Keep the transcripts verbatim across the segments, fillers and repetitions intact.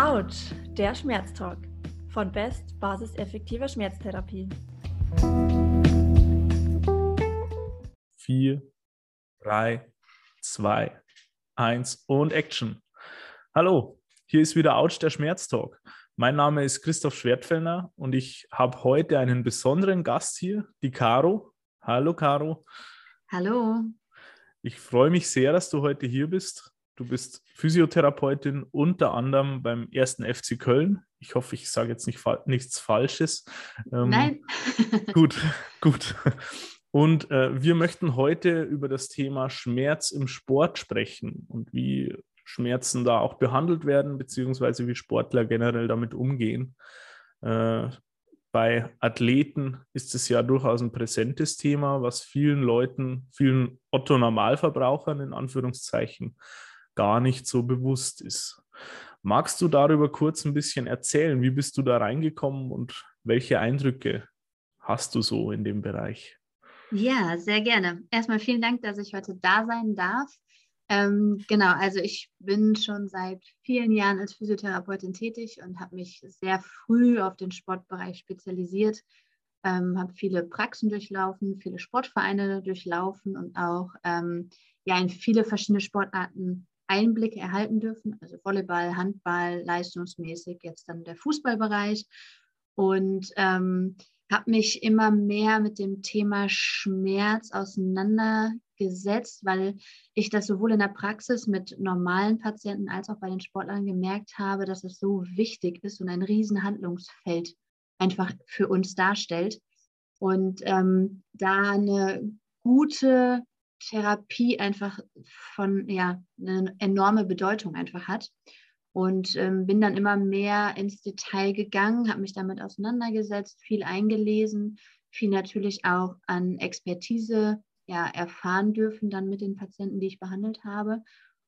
Autsch, der Schmerztalk von Best basiseffektiver Schmerztherapie. Vier, drei, zwei, eins und Action. Hallo, hier ist wieder Autsch, der Schmerztalk. Mein Name ist Christoph Schwertfellner und ich habe heute einen besonderen Gast hier, die Caro. Hallo Caro. Hallo. Ich freue mich sehr, dass du heute hier bist. Du bist Physiotherapeutin unter anderem beim ersten F C Köln. Ich hoffe, ich sage jetzt nicht fa- nichts Falsches. Ähm, Nein. Gut, gut. Und äh, wir möchten heute über das Thema Schmerz im Sport sprechen und wie Schmerzen da auch behandelt werden, beziehungsweise wie Sportler generell damit umgehen. Äh, bei Athleten ist es ja durchaus ein präsentes Thema, was vielen Leuten, vielen Otto-Normalverbrauchern in Anführungszeichen, gar nicht so bewusst ist. Magst du darüber kurz ein bisschen erzählen? Wie bist du da reingekommen und welche Eindrücke hast du so in dem Bereich? Ja, sehr gerne. Erstmal vielen Dank, dass ich heute da sein darf. Ähm, genau, also ich bin schon seit vielen Jahren als Physiotherapeutin tätig und habe mich sehr früh auf den Sportbereich spezialisiert, ähm, habe viele Praxen durchlaufen, viele Sportvereine durchlaufen und auch ähm, ja, in viele verschiedene Sportarten Einblicke erhalten dürfen, also Volleyball, Handball, leistungsmäßig, jetzt dann der Fußballbereich. Und ähm, habe mich immer mehr mit dem Thema Schmerz auseinandergesetzt, weil ich das sowohl in der Praxis mit normalen Patienten als auch bei den Sportlern gemerkt habe, dass es so wichtig ist und ein riesen Handlungsfeld einfach für uns darstellt. Und ähm, da eine gute Therapie einfach von, ja, eine enorme Bedeutung einfach hat. Und ähm, bin dann immer mehr ins Detail gegangen, habe mich damit auseinandergesetzt, viel eingelesen, viel natürlich auch an Expertise ja, erfahren dürfen dann mit den Patienten, die ich behandelt habe.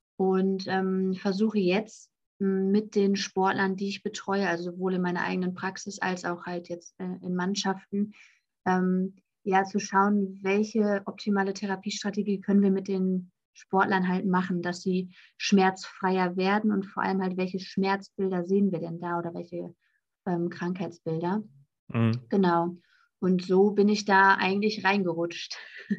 Und ähm, versuche jetzt mit den Sportlern, die ich betreue, also sowohl in meiner eigenen Praxis als auch halt jetzt äh, in Mannschaften, ähm, ja, zu schauen, welche optimale Therapiestrategie können wir mit den Sportlern halt machen, dass sie schmerzfreier werden und vor allem halt, welche Schmerzbilder sehen wir denn da oder welche ähm, Krankheitsbilder. Mhm. Genau. Und so bin ich da eigentlich reingerutscht.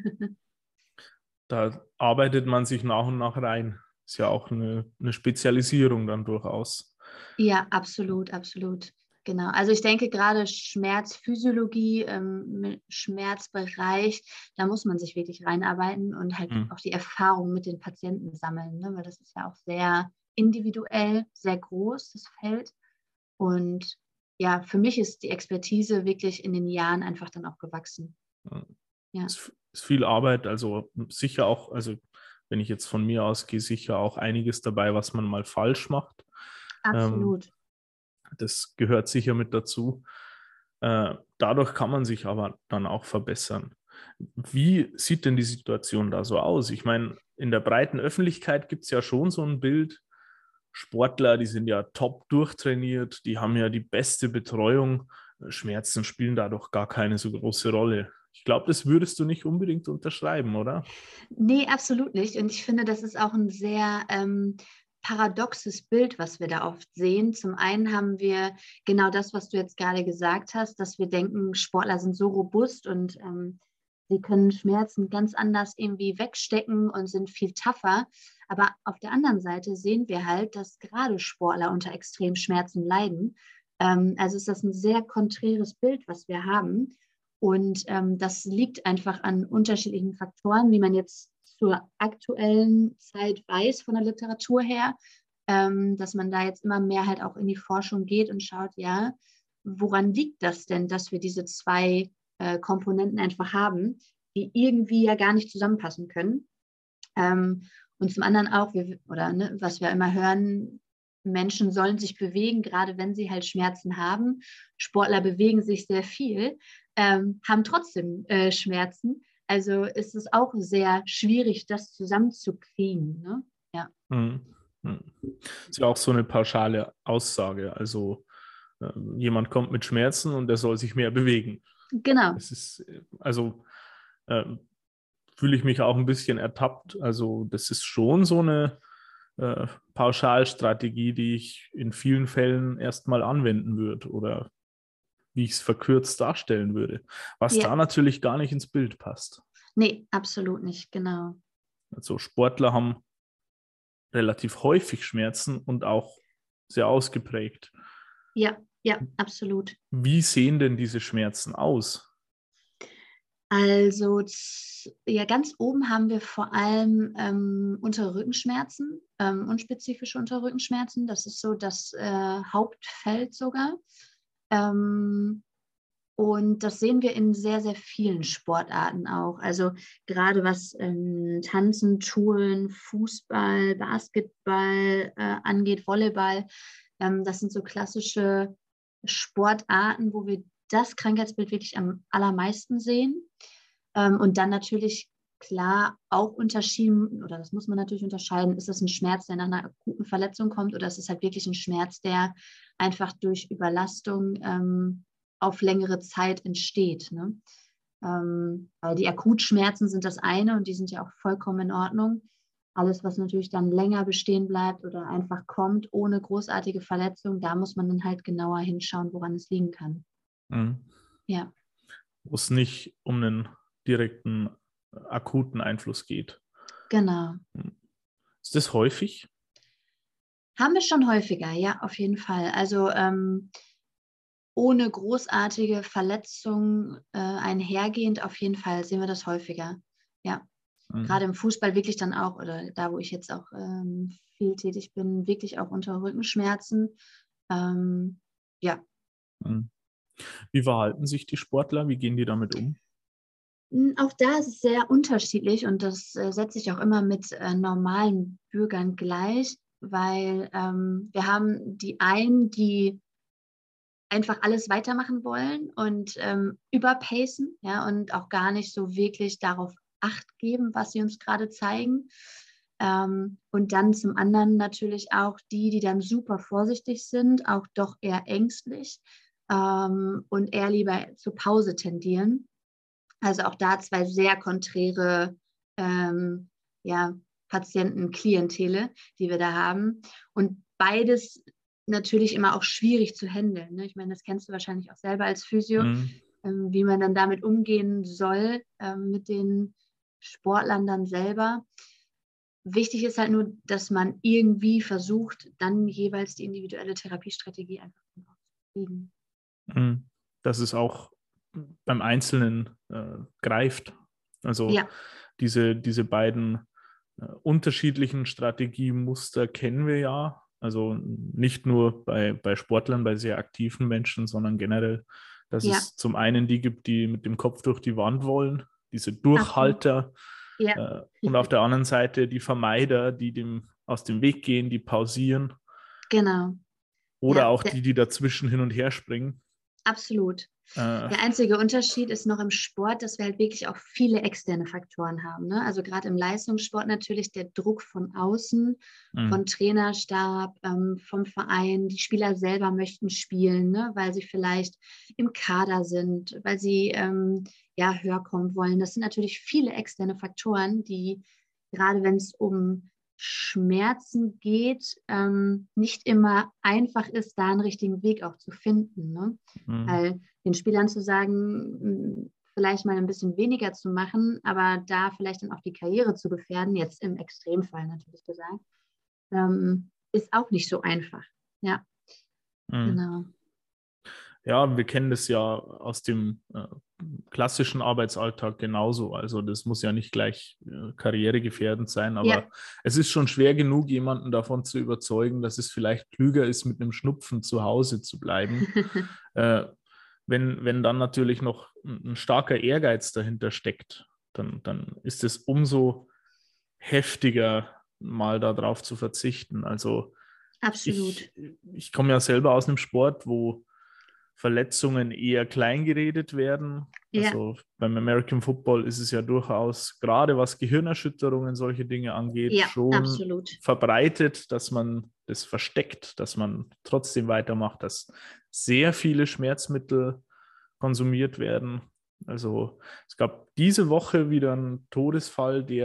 Da arbeitet man sich nach und nach rein. Ist ja auch eine, eine Spezialisierung dann durchaus. Ja, absolut, absolut. Genau. Also ich denke gerade Schmerzphysiologie, ähm, Schmerzbereich, da muss man sich wirklich reinarbeiten und halt Mhm. auch die Erfahrung mit den Patienten sammeln, ne? Weil das ist ja auch sehr individuell, sehr groß, das Feld. Und ja, für mich ist die Expertise wirklich in den Jahren einfach dann auch gewachsen. Ja. Es ist viel Arbeit, also sicher auch, also wenn ich jetzt von mir ausgehe, sicher auch einiges dabei, was man mal falsch macht. Ähm, Absolut. das gehört sicher mit dazu. Äh, dadurch kann man sich aber dann auch verbessern. Wie sieht denn die Situation da so aus? Ich meine, in der breiten Öffentlichkeit gibt es ja schon so ein Bild, Sportler, die sind ja top durchtrainiert, die haben ja die beste Betreuung. Schmerzen spielen da doch gar keine so große Rolle. Ich glaube, das würdest du nicht unbedingt unterschreiben, oder? Nee, absolut nicht. Und ich finde, das ist auch ein sehr ähm, paradoxes Bild, was wir da oft sehen. Zum einen haben wir genau das, was du jetzt gerade gesagt hast, dass wir denken, Sportler sind so robust und ähm, sie können Schmerzen ganz anders irgendwie wegstecken und sind viel tougher. Aber auf der anderen Seite sehen wir halt, dass gerade Sportler unter extremen Schmerzen leiden. Ähm, also ist das ein sehr konträres Bild, was wir haben. Und ähm, das liegt einfach an unterschiedlichen Faktoren, wie man jetzt zur aktuellen Zeit weiß von der Literatur her, ähm, dass man da jetzt immer mehr halt auch in die Forschung geht und schaut, ja, woran liegt das denn, dass wir diese zwei äh, Komponenten einfach haben, die irgendwie ja gar nicht zusammenpassen können. Ähm, und zum anderen auch, wir, oder ne, was wir immer hören, Menschen sollen sich bewegen, gerade wenn sie halt Schmerzen haben. Sportler bewegen sich sehr viel, ähm, haben trotzdem äh, Schmerzen. Also ist es auch sehr schwierig, das zusammenzukriegen. Ne? Ja. Mhm. Mhm. Ist ja auch so eine pauschale Aussage. Also äh, jemand kommt mit Schmerzen und der soll sich mehr bewegen. Genau. Es ist, also äh, fühle ich mich auch ein bisschen ertappt. Also das ist schon so eine äh, Pauschalstrategie, die ich in vielen Fällen erstmal anwenden würde oder wie ich es verkürzt darstellen würde, was Ja. da natürlich gar nicht ins Bild passt. Nee, absolut nicht, genau. Also Sportler haben relativ häufig Schmerzen und auch sehr ausgeprägt. Ja, ja, absolut. Wie sehen denn diese Schmerzen aus? Also z- ja, ganz oben haben wir vor allem ähm, untere Rückenschmerzen, ähm, unspezifische Unterrückenschmerzen. Das ist so das äh, Hauptfeld sogar. Ähm, und das sehen wir in sehr, sehr vielen Sportarten auch. Also gerade was ähm, Tanzen, Touren, Fußball, Basketball äh, angeht, Volleyball. Ähm, das sind so klassische Sportarten, wo wir das Krankheitsbild wirklich am allermeisten sehen. Ähm, und dann natürlich klar auch unterschieden, oder das muss man natürlich unterscheiden, ist das ein Schmerz, der nach einer akuten Verletzung kommt, oder ist es halt wirklich ein Schmerz, der einfach durch Überlastung ähm, auf längere Zeit entsteht. Ne? Ähm, weil die Akutschmerzen sind das eine und die sind ja auch vollkommen in Ordnung. Alles, was natürlich dann länger bestehen bleibt oder einfach kommt ohne großartige Verletzung, da muss man dann halt genauer hinschauen, woran es liegen kann. Mhm. Ja. Wo es nicht um einen direkten, akuten Einfluss geht. Genau. Ist das häufig? Haben wir schon häufiger, ja, auf jeden Fall. Also ähm, ohne großartige Verletzungen äh, einhergehend, auf jeden Fall sehen wir das häufiger. Ja, Mhm. gerade im Fußball wirklich dann auch, oder da, wo ich jetzt auch ähm, viel tätig bin, wirklich auch unter Rückenschmerzen. Ähm, ja. Mhm. Wie verhalten sich die Sportler? Wie gehen die damit um? Auch da ist es sehr unterschiedlich und das äh, setze ich auch immer mit äh, normalen Bürgern gleich, weil ähm, wir haben die einen, die einfach alles weitermachen wollen und ähm, überpacen, ja, und auch gar nicht so wirklich darauf Acht geben, was sie uns gerade zeigen. Ähm, und dann zum anderen natürlich auch die, die dann super vorsichtig sind, auch doch eher ängstlich ähm, und eher lieber zur Pause tendieren. Also auch da zwei sehr konträre ähm, ja, Patienten-Klientele, die wir da haben. Und beides natürlich immer auch schwierig zu handeln. Ne? Ich meine, das kennst du wahrscheinlich auch selber als Physio, Mhm. ähm, wie man dann damit umgehen soll, ähm, mit den Sportlern dann selber. Wichtig ist halt nur, dass man irgendwie versucht, dann jeweils die individuelle Therapiestrategie einfach zu kriegen. Mhm. Dass es auch beim Einzelnen äh, greift. Also Ja, diese, diese beiden äh, unterschiedlichen Strategiemuster kennen wir ja. Also nicht nur bei, bei Sportlern, bei sehr aktiven Menschen, sondern generell, dass ja, es zum einen die gibt, die mit dem Kopf durch die Wand wollen, diese absolut. Durchhalter, Ja, äh, und auf der anderen Seite die Vermeider, die dem aus dem Weg gehen, die pausieren, genau. oder Ja, auch der, die, die dazwischen hin und her springen. absolut. Äh, Der einzige Unterschied ist noch im Sport, dass wir halt wirklich auch viele externe Faktoren haben. Ne? Also gerade im Leistungssport natürlich der Druck von außen, mh, von Trainerstab, ähm, vom Verein. Die Spieler selber möchten spielen, ne? Weil sie vielleicht im Kader sind, weil sie ähm, ja, höher kommen wollen. Das sind natürlich viele externe Faktoren, die gerade wenn es um Schmerzen geht, ähm, nicht immer einfach ist, da einen richtigen Weg auch zu finden. Ne? mh, Weil den Spielern zu sagen, vielleicht mal ein bisschen weniger zu machen, aber da vielleicht dann auch die Karriere zu gefährden, jetzt im Extremfall natürlich gesagt, ähm, ist auch nicht so einfach. Ja, mh. genau. Ja, wir kennen das ja aus dem äh, klassischen Arbeitsalltag genauso. Also das muss ja nicht gleich äh, karrieregefährdend sein, Ja, aber es ist schon schwer genug, jemanden davon zu überzeugen, dass es vielleicht klüger ist, mit einem Schnupfen zu Hause zu bleiben. Äh, wenn, wenn dann natürlich noch ein, ein starker Ehrgeiz dahinter steckt, dann, dann ist es umso heftiger, mal darauf zu verzichten. Also absolut. ich, ich komme ja selber aus einem Sport, wo Verletzungen eher kleingeredet werden. Ja, Also beim American Football ist es ja durchaus, gerade was Gehirnerschütterungen, solche Dinge angeht, ja, schon absolut. verbreitet, dass man das versteckt, dass man trotzdem weitermacht, dass sehr viele Schmerzmittel konsumiert werden. Also es gab diese Woche wieder einen Todesfall, der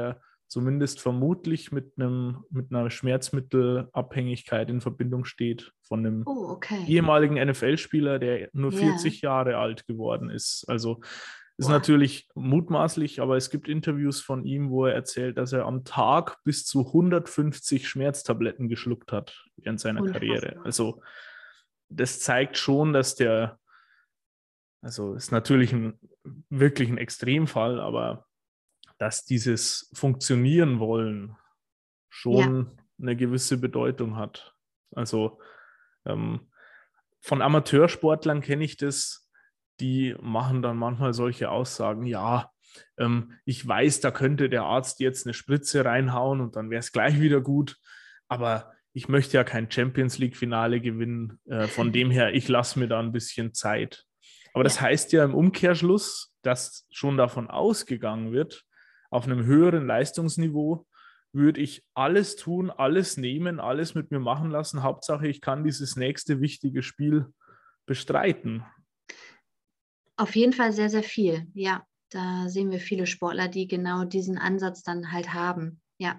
zumindest vermutlich mit einem, mit einer Schmerzmittelabhängigkeit in Verbindung steht von einem Oh, okay. ehemaligen N F L-Spieler, der nur Ja. vierzig Jahre alt geworden ist. Also ist Boah. natürlich mutmaßlich, aber es gibt Interviews von ihm, wo er erzählt, dass er am Tag bis zu hundertfünfzig Schmerztabletten geschluckt hat während seiner Unfassbar. Karriere. Also das zeigt schon, dass der, also ist natürlich ein, wirklich ein Extremfall, aber dass dieses Funktionieren wollen schon ja. eine gewisse Bedeutung hat. Also ähm, von Amateursportlern kenne ich das, die machen dann manchmal solche Aussagen, ja, ähm, ich weiß, da könnte der Arzt jetzt eine Spritze reinhauen und dann wäre es gleich wieder gut, aber ich möchte ja kein Champions-League-Finale gewinnen, äh, von dem her, ich lasse mir da ein bisschen Zeit. Aber das ja. heißt ja im Umkehrschluss, dass schon davon ausgegangen wird, auf einem höheren Leistungsniveau würde ich alles tun, alles nehmen, alles mit mir machen lassen. Hauptsache, ich kann dieses nächste wichtige Spiel bestreiten. Auf jeden Fall sehr, sehr viel. Ja, da sehen wir viele Sportler, die genau diesen Ansatz dann halt haben. Ja.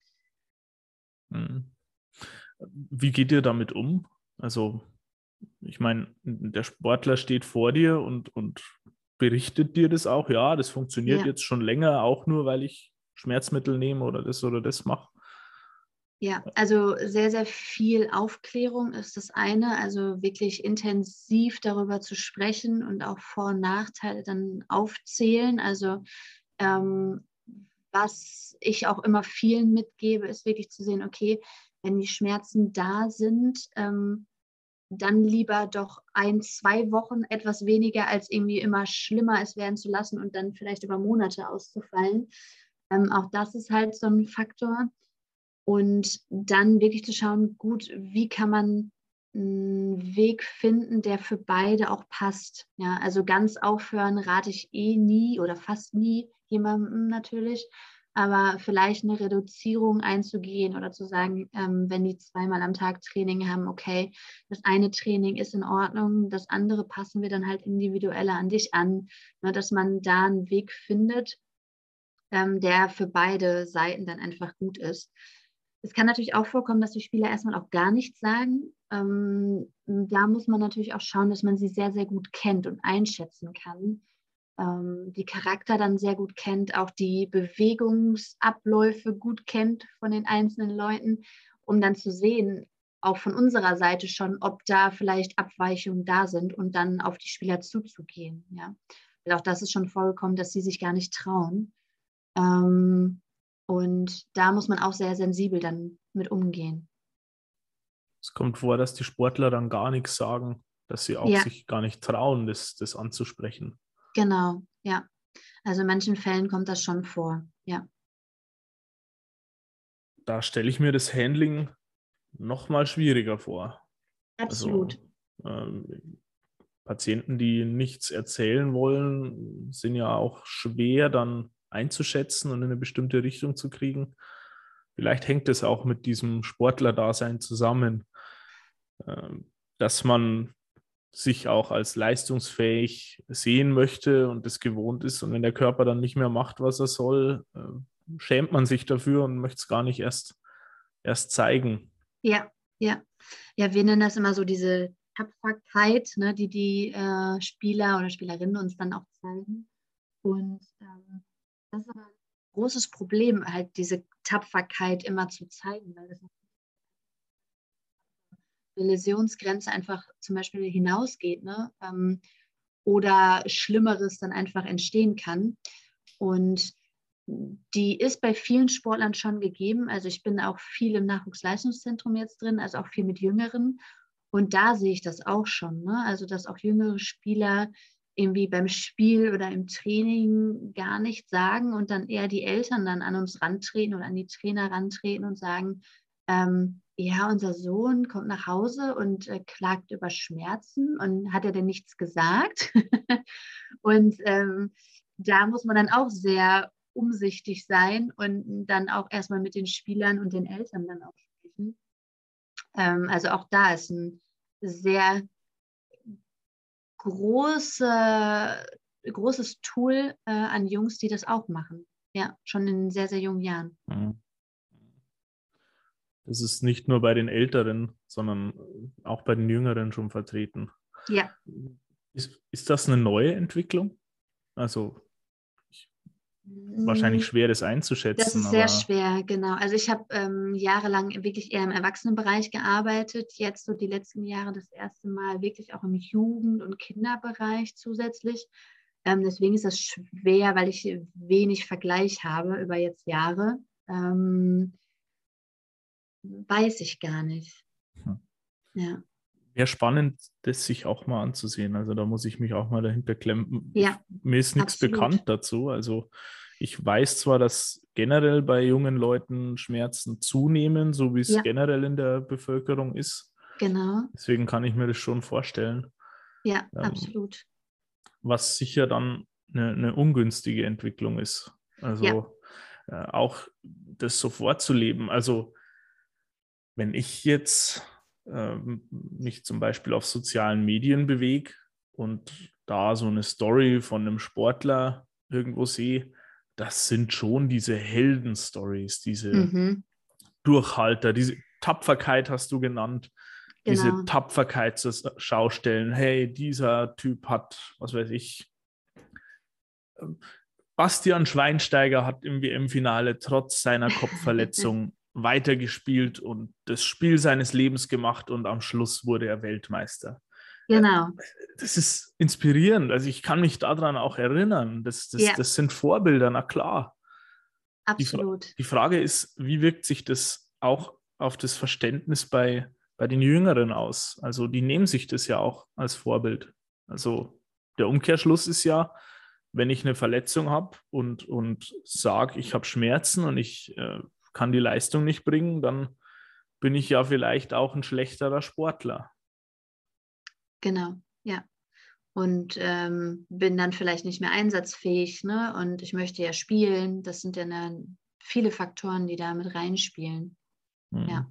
Wie geht ihr damit um? Also, ich meine, der Sportler steht vor dir und, und berichtet dir das auch. Ja, das funktioniert ja. jetzt schon länger, auch nur, weil ich Schmerzmittel nehme oder das oder das mache. Ja, also sehr, sehr viel Aufklärung ist das eine, also wirklich intensiv darüber zu sprechen und auch Vor- und Nachteile dann aufzählen. Also ähm, was ich auch immer vielen mitgebe, ist wirklich zu sehen, okay, wenn die Schmerzen da sind, ähm, dann lieber doch ein, zwei Wochen etwas weniger, als irgendwie immer schlimmer es werden zu lassen und dann vielleicht über Monate auszufallen. Ähm, auch das ist halt so ein Faktor. Und dann wirklich zu schauen, gut, wie kann man einen Weg finden, der für beide auch passt. Ja, also ganz aufhören rate ich eh nie oder fast nie jemandem natürlich, aber vielleicht eine Reduzierung einzugehen oder zu sagen, ähm, wenn die zweimal am Tag Training haben, okay, das eine Training ist in Ordnung, das andere passen wir dann halt individueller an dich an, ne, dass man da einen Weg findet, ähm, der für beide Seiten dann einfach gut ist. Es kann natürlich auch vorkommen, dass die Spieler erstmal auch gar nichts sagen. Ähm, da muss man natürlich auch schauen, dass man sie sehr, sehr gut kennt und einschätzen kann. Ähm, die Charakter dann sehr gut kennt, auch die Bewegungsabläufe gut kennt von den einzelnen Leuten, um dann zu sehen, auch von unserer Seite schon, ob da vielleicht Abweichungen da sind und dann auf die Spieler zuzugehen. Ja? Weil auch das ist schon vorgekommen, dass sie sich gar nicht trauen. Ähm, Und da muss man auch sehr sensibel dann mit umgehen. Es kommt vor, dass die Sportler dann gar nichts sagen, dass sie auch Ja. sich gar nicht trauen, das, das anzusprechen. Genau, ja. Also in manchen Fällen kommt das schon vor, ja. Da stelle ich mir das Handling noch mal schwieriger vor. Absolut. Also, ähm, Patienten, die nichts erzählen wollen, sind ja auch schwer dann einzuschätzen und in eine bestimmte Richtung zu kriegen. Vielleicht hängt es auch mit diesem Sportler-Dasein zusammen, dass man sich auch als leistungsfähig sehen möchte und das gewohnt ist. Und wenn der Körper dann nicht mehr macht, was er soll, schämt man sich dafür und möchte es gar nicht erst, erst zeigen. Ja, ja. Ja, wir nennen das immer so diese Tapferkeit, ne, die die äh, Spieler oder Spielerinnen uns dann auch zeigen. Und ähm, das ist aber ein großes Problem, halt diese Tapferkeit immer zu zeigen, weil das eine Lesionsgrenze einfach zum Beispiel hinausgeht, ne? Ähm, oder Schlimmeres dann einfach entstehen kann. Und die ist bei vielen Sportlern schon gegeben. Also ich bin auch viel im Nachwuchsleistungszentrum jetzt drin, also auch viel mit Jüngeren. Und da sehe ich das auch schon, ne? Also dass auch jüngere Spieler irgendwie beim Spiel oder im Training gar nichts sagen und dann eher die Eltern dann an uns rantreten oder an die Trainer rantreten und sagen, ähm, ja, unser Sohn kommt nach Hause und äh, klagt über Schmerzen und hat er denn nichts gesagt? Und ähm, da muss man dann auch sehr umsichtig sein und dann auch erstmal mit den Spielern und den Eltern dann auch sprechen. Ähm, also auch da ist ein sehr große, großes Tool äh, an Jungs, die das auch machen. ja, schon in sehr, sehr jungen Jahren. Das ist nicht nur bei den Älteren, sondern auch bei den Jüngeren schon vertreten. Ja. Ist, ist das eine neue Entwicklung? Also wahrscheinlich schwer, das einzuschätzen. Das ist sehr aber schwer, genau. Also ich habe ähm, jahrelang wirklich eher im Erwachsenenbereich gearbeitet, jetzt so die letzten Jahre das erste Mal wirklich auch im Jugend- und Kinderbereich zusätzlich. Ähm, deswegen ist das schwer, weil ich wenig Vergleich habe über jetzt Jahre. Ähm, weiß ich gar nicht. Hm. Ja. Wäre spannend, das sich auch mal anzusehen. Also da muss ich mich auch mal dahinter klemmen. Ja, ich, mir ist nichts absolut. bekannt dazu. Also ich weiß zwar, dass generell bei jungen Leuten Schmerzen zunehmen, so wie es Ja. generell in der Bevölkerung ist. Genau. Deswegen kann ich mir das schon vorstellen. Ja, ähm, absolut. Was sicher dann eine, eine ungünstige Entwicklung ist. Also ja. äh, auch das so vorzuleben. Also wenn ich jetzt ähm, mich zum Beispiel auf sozialen Medien bewege und da so eine Story von einem Sportler irgendwo sehe, das sind schon diese Helden-Stories, diese Mhm. Durchhalter, diese Tapferkeit hast du genannt, Genau. diese Tapferkeit zur Schau stellen. Hey, dieser Typ hat, was weiß ich, Bastian Schweinsteiger hat im W M-Finale trotz seiner Kopfverletzung weitergespielt und das Spiel seines Lebens gemacht und am Schluss wurde er Weltmeister. Genau. Das ist inspirierend. Also ich kann mich daran auch erinnern. Das, das, Ja. das sind Vorbilder, na klar. Absolut. Die, die Frage ist, wie wirkt sich das auch auf das Verständnis bei, bei den Jüngeren aus? Also die nehmen sich das ja auch als Vorbild. Also der Umkehrschluss ist ja, wenn ich eine Verletzung habe und, und sage, ich habe Schmerzen und ich äh, kann die Leistung nicht bringen, dann bin ich ja vielleicht auch ein schlechterer Sportler. Genau, ja. Und ähm, bin dann vielleicht nicht mehr einsatzfähig, ne? Und ich möchte ja spielen. Das sind ja dann viele Faktoren, die da mit reinspielen. Hm. Ja.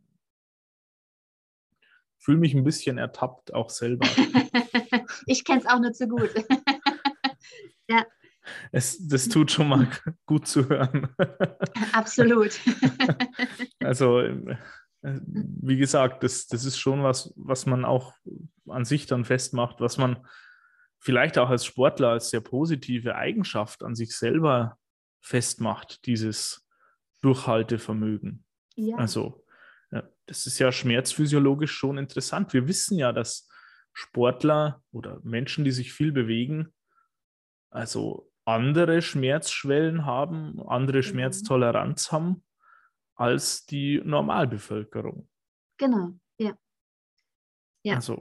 Ich fühle mich ein bisschen ertappt, auch selber. Ich kenne es auch nur zu gut. Ja. Es, das tut schon mal gut zu hören. Absolut. Also, wie gesagt, das, das ist schon was, was man auch an sich dann festmacht, was man vielleicht auch als Sportler als sehr positive Eigenschaft an sich selber festmacht, dieses Durchhaltevermögen. Ja. Also, ja, das ist ja schmerzphysiologisch schon interessant. Wir wissen ja, dass Sportler oder Menschen, die sich viel bewegen, also andere Schmerzschwellen haben, andere Mhm. Schmerztoleranz haben als die Normalbevölkerung. Genau, ja. Ja. Also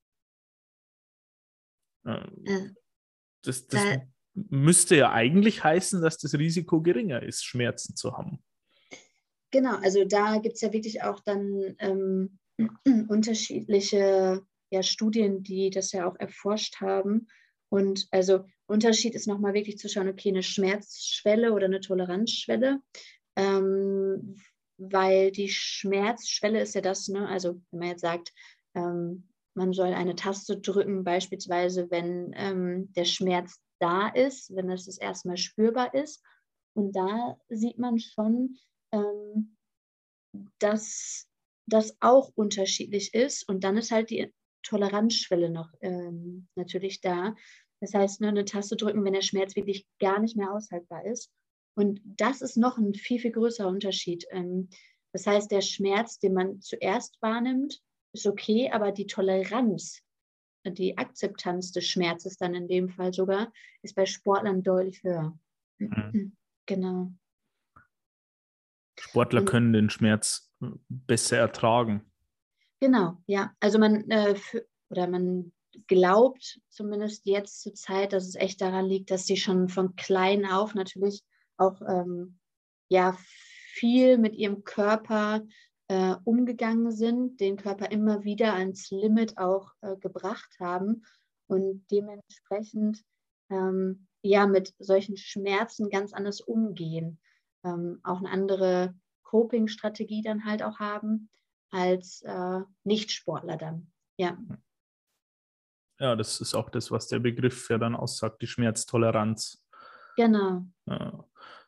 äh, Äh, das, das da, müsste ja eigentlich heißen, dass das Risiko geringer ist, Schmerzen zu haben. genau, also da gibt es ja wirklich auch dann ähm, unterschiedliche ja, Studien, die das ja auch erforscht haben. Und also Unterschied ist nochmal wirklich zu schauen, okay, eine Schmerzschwelle oder eine Toleranzschwelle. Ähm, weil die Schmerzschwelle ist ja das, ne, also wenn man jetzt sagt, ähm, man soll eine Taste drücken, beispielsweise, wenn ähm, der Schmerz da ist, wenn das das erste Mal spürbar ist. Und da sieht man schon, ähm, dass das auch unterschiedlich ist. Und dann ist halt die Toleranzschwelle noch ähm, natürlich da. Das heißt, nur eine Taste drücken, wenn der Schmerz wirklich gar nicht mehr aushaltbar ist. Und das ist noch ein viel, viel größerer Unterschied. Ähm, das heißt, der Schmerz, den man zuerst wahrnimmt, ist okay, aber die Toleranz, die Akzeptanz des Schmerzes dann in dem Fall sogar, ist bei Sportlern deutlich höher. Mhm. Genau. Sportler Und können den Schmerz besser ertragen. genau, ja. Also man äh, für, oder man glaubt zumindest jetzt zur Zeit, dass es echt daran liegt, dass sie schon von klein auf natürlich auch ähm, ja viel mit ihrem Körper äh, umgegangen sind, den Körper immer wieder ans Limit auch äh, gebracht haben und dementsprechend ähm, ja mit solchen Schmerzen ganz anders umgehen, ähm, auch eine andere Coping-Strategie dann halt auch haben als äh, Nicht-Sportler dann. Ja. Ja, das ist auch das, was der Begriff ja dann aussagt, die Schmerztoleranz. Genau. Ja.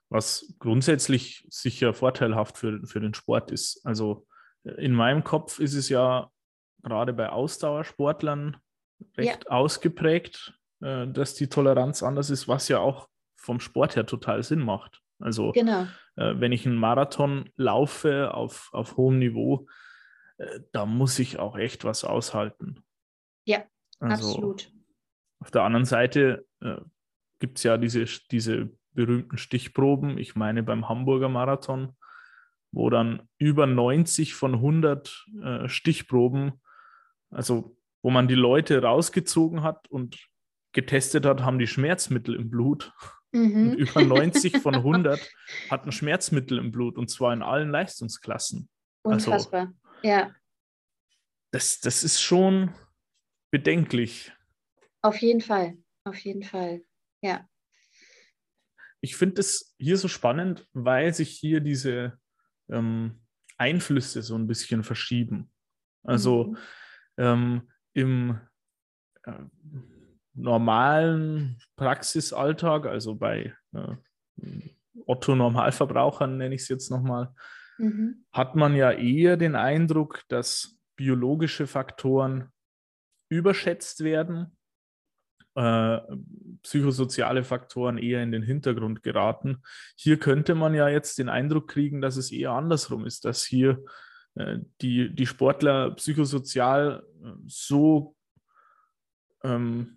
was grundsätzlich sicher vorteilhaft für, für den Sport ist. Also in meinem Kopf ist es ja gerade bei Ausdauersportlern recht ja. ausgeprägt, äh, dass die Toleranz anders ist, was ja auch vom Sport her total Sinn macht. Also genau. äh, wenn ich einen Marathon laufe auf, auf hohem Niveau, äh, da muss ich auch echt was aushalten. Ja, also, absolut. Auf der anderen Seite äh, gibt es ja diese, diese berühmten Stichproben, ich meine beim Hamburger Marathon, wo dann über neunzig von hundert äh, Stichproben, also wo man die Leute rausgezogen hat und getestet hat, haben die Schmerzmittel im Blut. Mhm. Und über neunzig von hundert hatten Schmerzmittel im Blut, und zwar in allen Leistungsklassen. Unfassbar, also, ja. Das, das ist schon bedenklich. Auf jeden Fall, auf jeden Fall, ja. Ich finde es hier so spannend, weil sich hier diese ähm, Einflüsse so ein bisschen verschieben. Also mhm. ähm, im äh, normalen Praxisalltag, also bei äh, Otto-Normalverbrauchern nenne ich es jetzt nochmal, mhm. hat man ja eher den Eindruck, dass biologische Faktoren überschätzt werden, äh, psychosoziale Faktoren eher in den Hintergrund geraten. Hier könnte man ja jetzt den Eindruck kriegen, dass es eher andersrum ist, dass hier äh, die, die Sportler psychosozial äh, so ähm,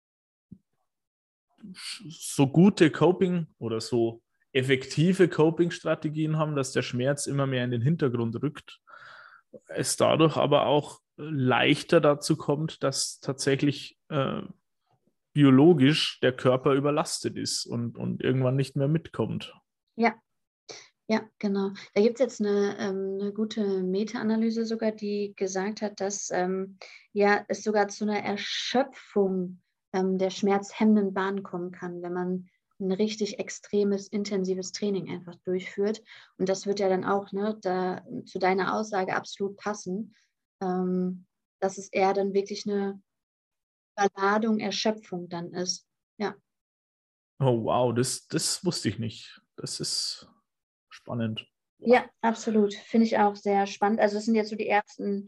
so gute Coping oder so effektive Coping-Strategien haben, dass der Schmerz immer mehr in den Hintergrund rückt. Es dadurch aber auch leichter dazu kommt, dass tatsächlich äh, biologisch der Körper überlastet ist und, und irgendwann nicht mehr mitkommt. Ja, ja, genau. Da gibt es jetzt eine, ähm, eine gute Meta-Analyse sogar, die gesagt hat, dass ähm, ja, es sogar zu einer Erschöpfung ähm, der schmerzhemmenden Bahn kommen kann, wenn man ein richtig extremes, intensives Training einfach durchführt. Und das wird ja dann auch ne, da, zu deiner Aussage absolut passen, ähm, dass es eher dann wirklich eine Überladung, Erschöpfung dann ist. Ja. Oh wow, das, das wusste ich nicht. Das ist spannend. Ja, absolut. Finde ich auch sehr spannend. Also das sind jetzt so die ersten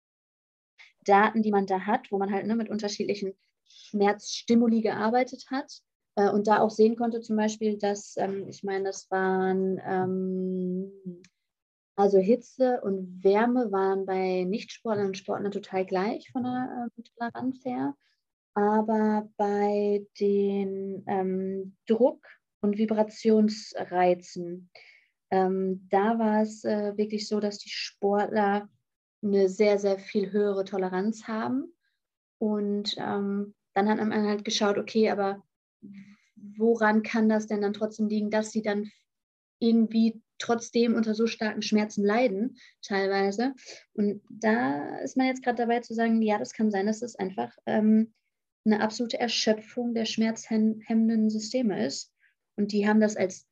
Daten, die man da hat, wo man halt ne, mit unterschiedlichen Schmerzstimuli gearbeitet hat äh, und da auch sehen konnte zum Beispiel, dass, ähm, ich meine, das waren, ähm, also Hitze und Wärme waren bei Nichtsportlern und Sportlern total gleich von der äh, Toleranz her. Aber bei den ähm, Druck- und Vibrationsreizen, ähm, da war es äh, wirklich so, dass die Sportler eine sehr, sehr viel höhere Toleranz haben. Und ähm, dann hat man halt geschaut, okay, aber woran kann das denn dann trotzdem liegen, dass sie dann irgendwie trotzdem unter so starken Schmerzen leiden, teilweise. Und da ist man jetzt gerade dabei zu sagen, ja, das kann sein, dass es einfach ähm, eine absolute Erschöpfung der schmerzhemmenden Systeme ist. Und die haben das als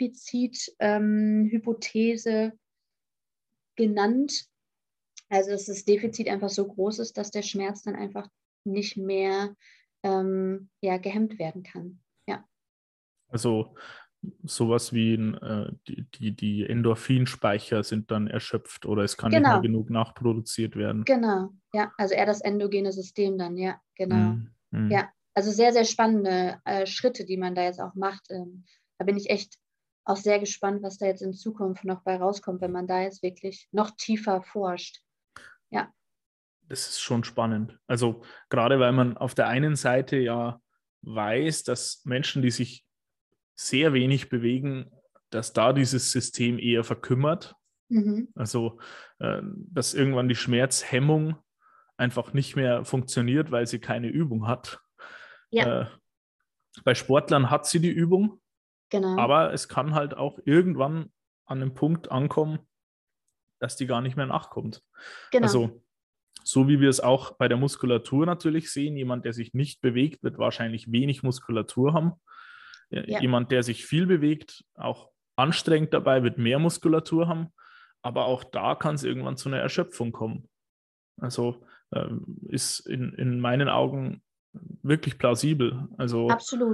Defizithypothese ähm, genannt. Also dass das Defizit einfach so groß ist, dass der Schmerz dann einfach nicht mehr ähm, ja, gehemmt werden kann. Ja. Also sowas wie ein, äh, die, die, die Endorphinspeicher sind dann erschöpft oder es kann Genau. nicht mehr genug nachproduziert werden. Genau, ja, also eher das endogene System dann, ja, genau. Mm, mm. Ja, also sehr, sehr spannende äh, Schritte, die man da jetzt auch macht. Ähm, da bin ich echt auch sehr gespannt, was da jetzt in Zukunft noch bei rauskommt, wenn man da jetzt wirklich noch tiefer forscht. Ja. Das ist schon spannend. Also gerade weil man auf der einen Seite ja weiß, dass Menschen, die sich sehr wenig bewegen, dass da dieses System eher verkümmert. Mhm. Also äh, dass irgendwann die Schmerzhemmung einfach nicht mehr funktioniert, weil sie keine Übung hat. Ja. Äh, bei Sportlern hat sie die Übung, Genau. aber es kann halt auch irgendwann an einem Punkt ankommen, dass die gar nicht mehr nachkommt. Genau. Also so wie wir es auch bei der Muskulatur natürlich sehen, jemand, der sich nicht bewegt, wird wahrscheinlich wenig Muskulatur haben. Ja. Jemand, der sich viel bewegt, auch anstrengend dabei, wird mehr Muskulatur haben. Aber auch da kann es irgendwann zu einer Erschöpfung kommen. Also äh, ist in, in meinen Augen wirklich plausibel. Also, absolut,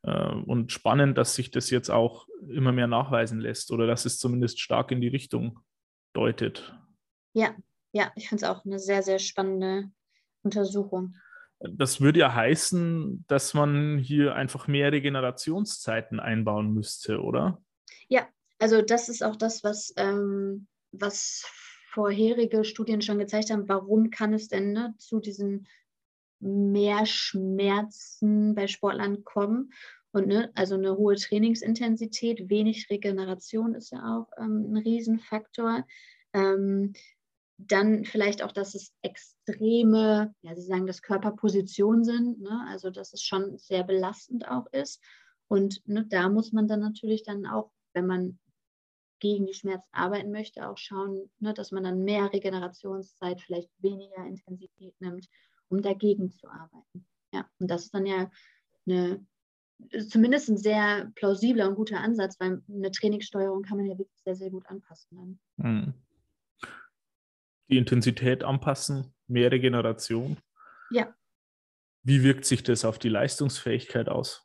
Äh, und spannend, dass sich das jetzt auch immer mehr nachweisen lässt oder dass es zumindest stark in die Richtung deutet. Ja, ja, ich finde es auch eine sehr, sehr spannende Untersuchung. Das würde ja heißen, dass man hier einfach mehr Regenerationszeiten einbauen müsste, oder? Ja, also das ist auch das, was, ähm, was vorherige Studien schon gezeigt haben. Warum kann es denn ne, zu diesen mehr Schmerzen bei Sportlern kommen? Und ne, also eine hohe Trainingsintensität, wenig Regeneration ist ja auch ähm, ein Riesenfaktor. Ähm, Dann vielleicht auch, dass es extreme, ja, Sie sagen, dass Körperpositionen sind, ne? Also dass es schon sehr belastend auch ist. Und ne, da muss man dann natürlich dann auch, wenn man gegen die Schmerzen arbeiten möchte, auch schauen, ne, dass man dann mehr Regenerationszeit, vielleicht weniger Intensität nimmt, um dagegen zu arbeiten. Ja, und das ist dann ja eine, zumindest ein sehr plausibler und guter Ansatz, weil eine Trainingssteuerung kann man ja wirklich sehr, sehr gut anpassen. Dann. Hm. Die Intensität anpassen, mehr Regeneration. Ja. Wie wirkt sich das auf die Leistungsfähigkeit aus?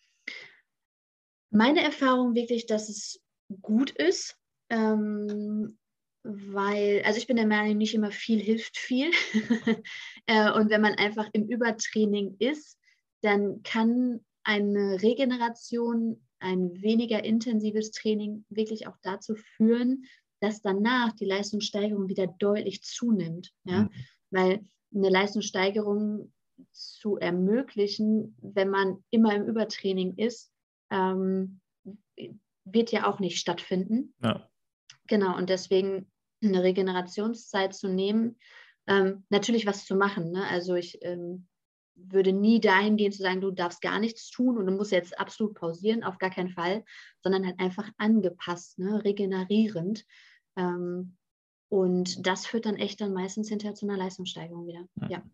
Meine Erfahrung wirklich, dass es gut ist, ähm, weil, also ich bin der Meinung, nicht immer viel hilft viel. äh, und wenn man einfach im Übertraining ist, dann kann eine Regeneration, ein weniger intensives Training wirklich auch dazu führen, dass danach die Leistungssteigerung wieder deutlich zunimmt. Ja? Mhm. Weil eine Leistungssteigerung zu ermöglichen, wenn man immer im Übertraining ist, ähm, wird ja auch nicht stattfinden. Ja. Genau, und deswegen eine Regenerationszeit zu nehmen, ähm, natürlich was zu machen. Ne? Also ich ähm, würde nie dahin gehen zu sagen, du darfst gar nichts tun und du musst jetzt absolut pausieren, auf gar keinen Fall, sondern halt einfach angepasst, ne? Regenerierend. Ähm, und das führt dann echt dann meistens hinterher zu einer Leistungssteigerung wieder. Ja. Ja.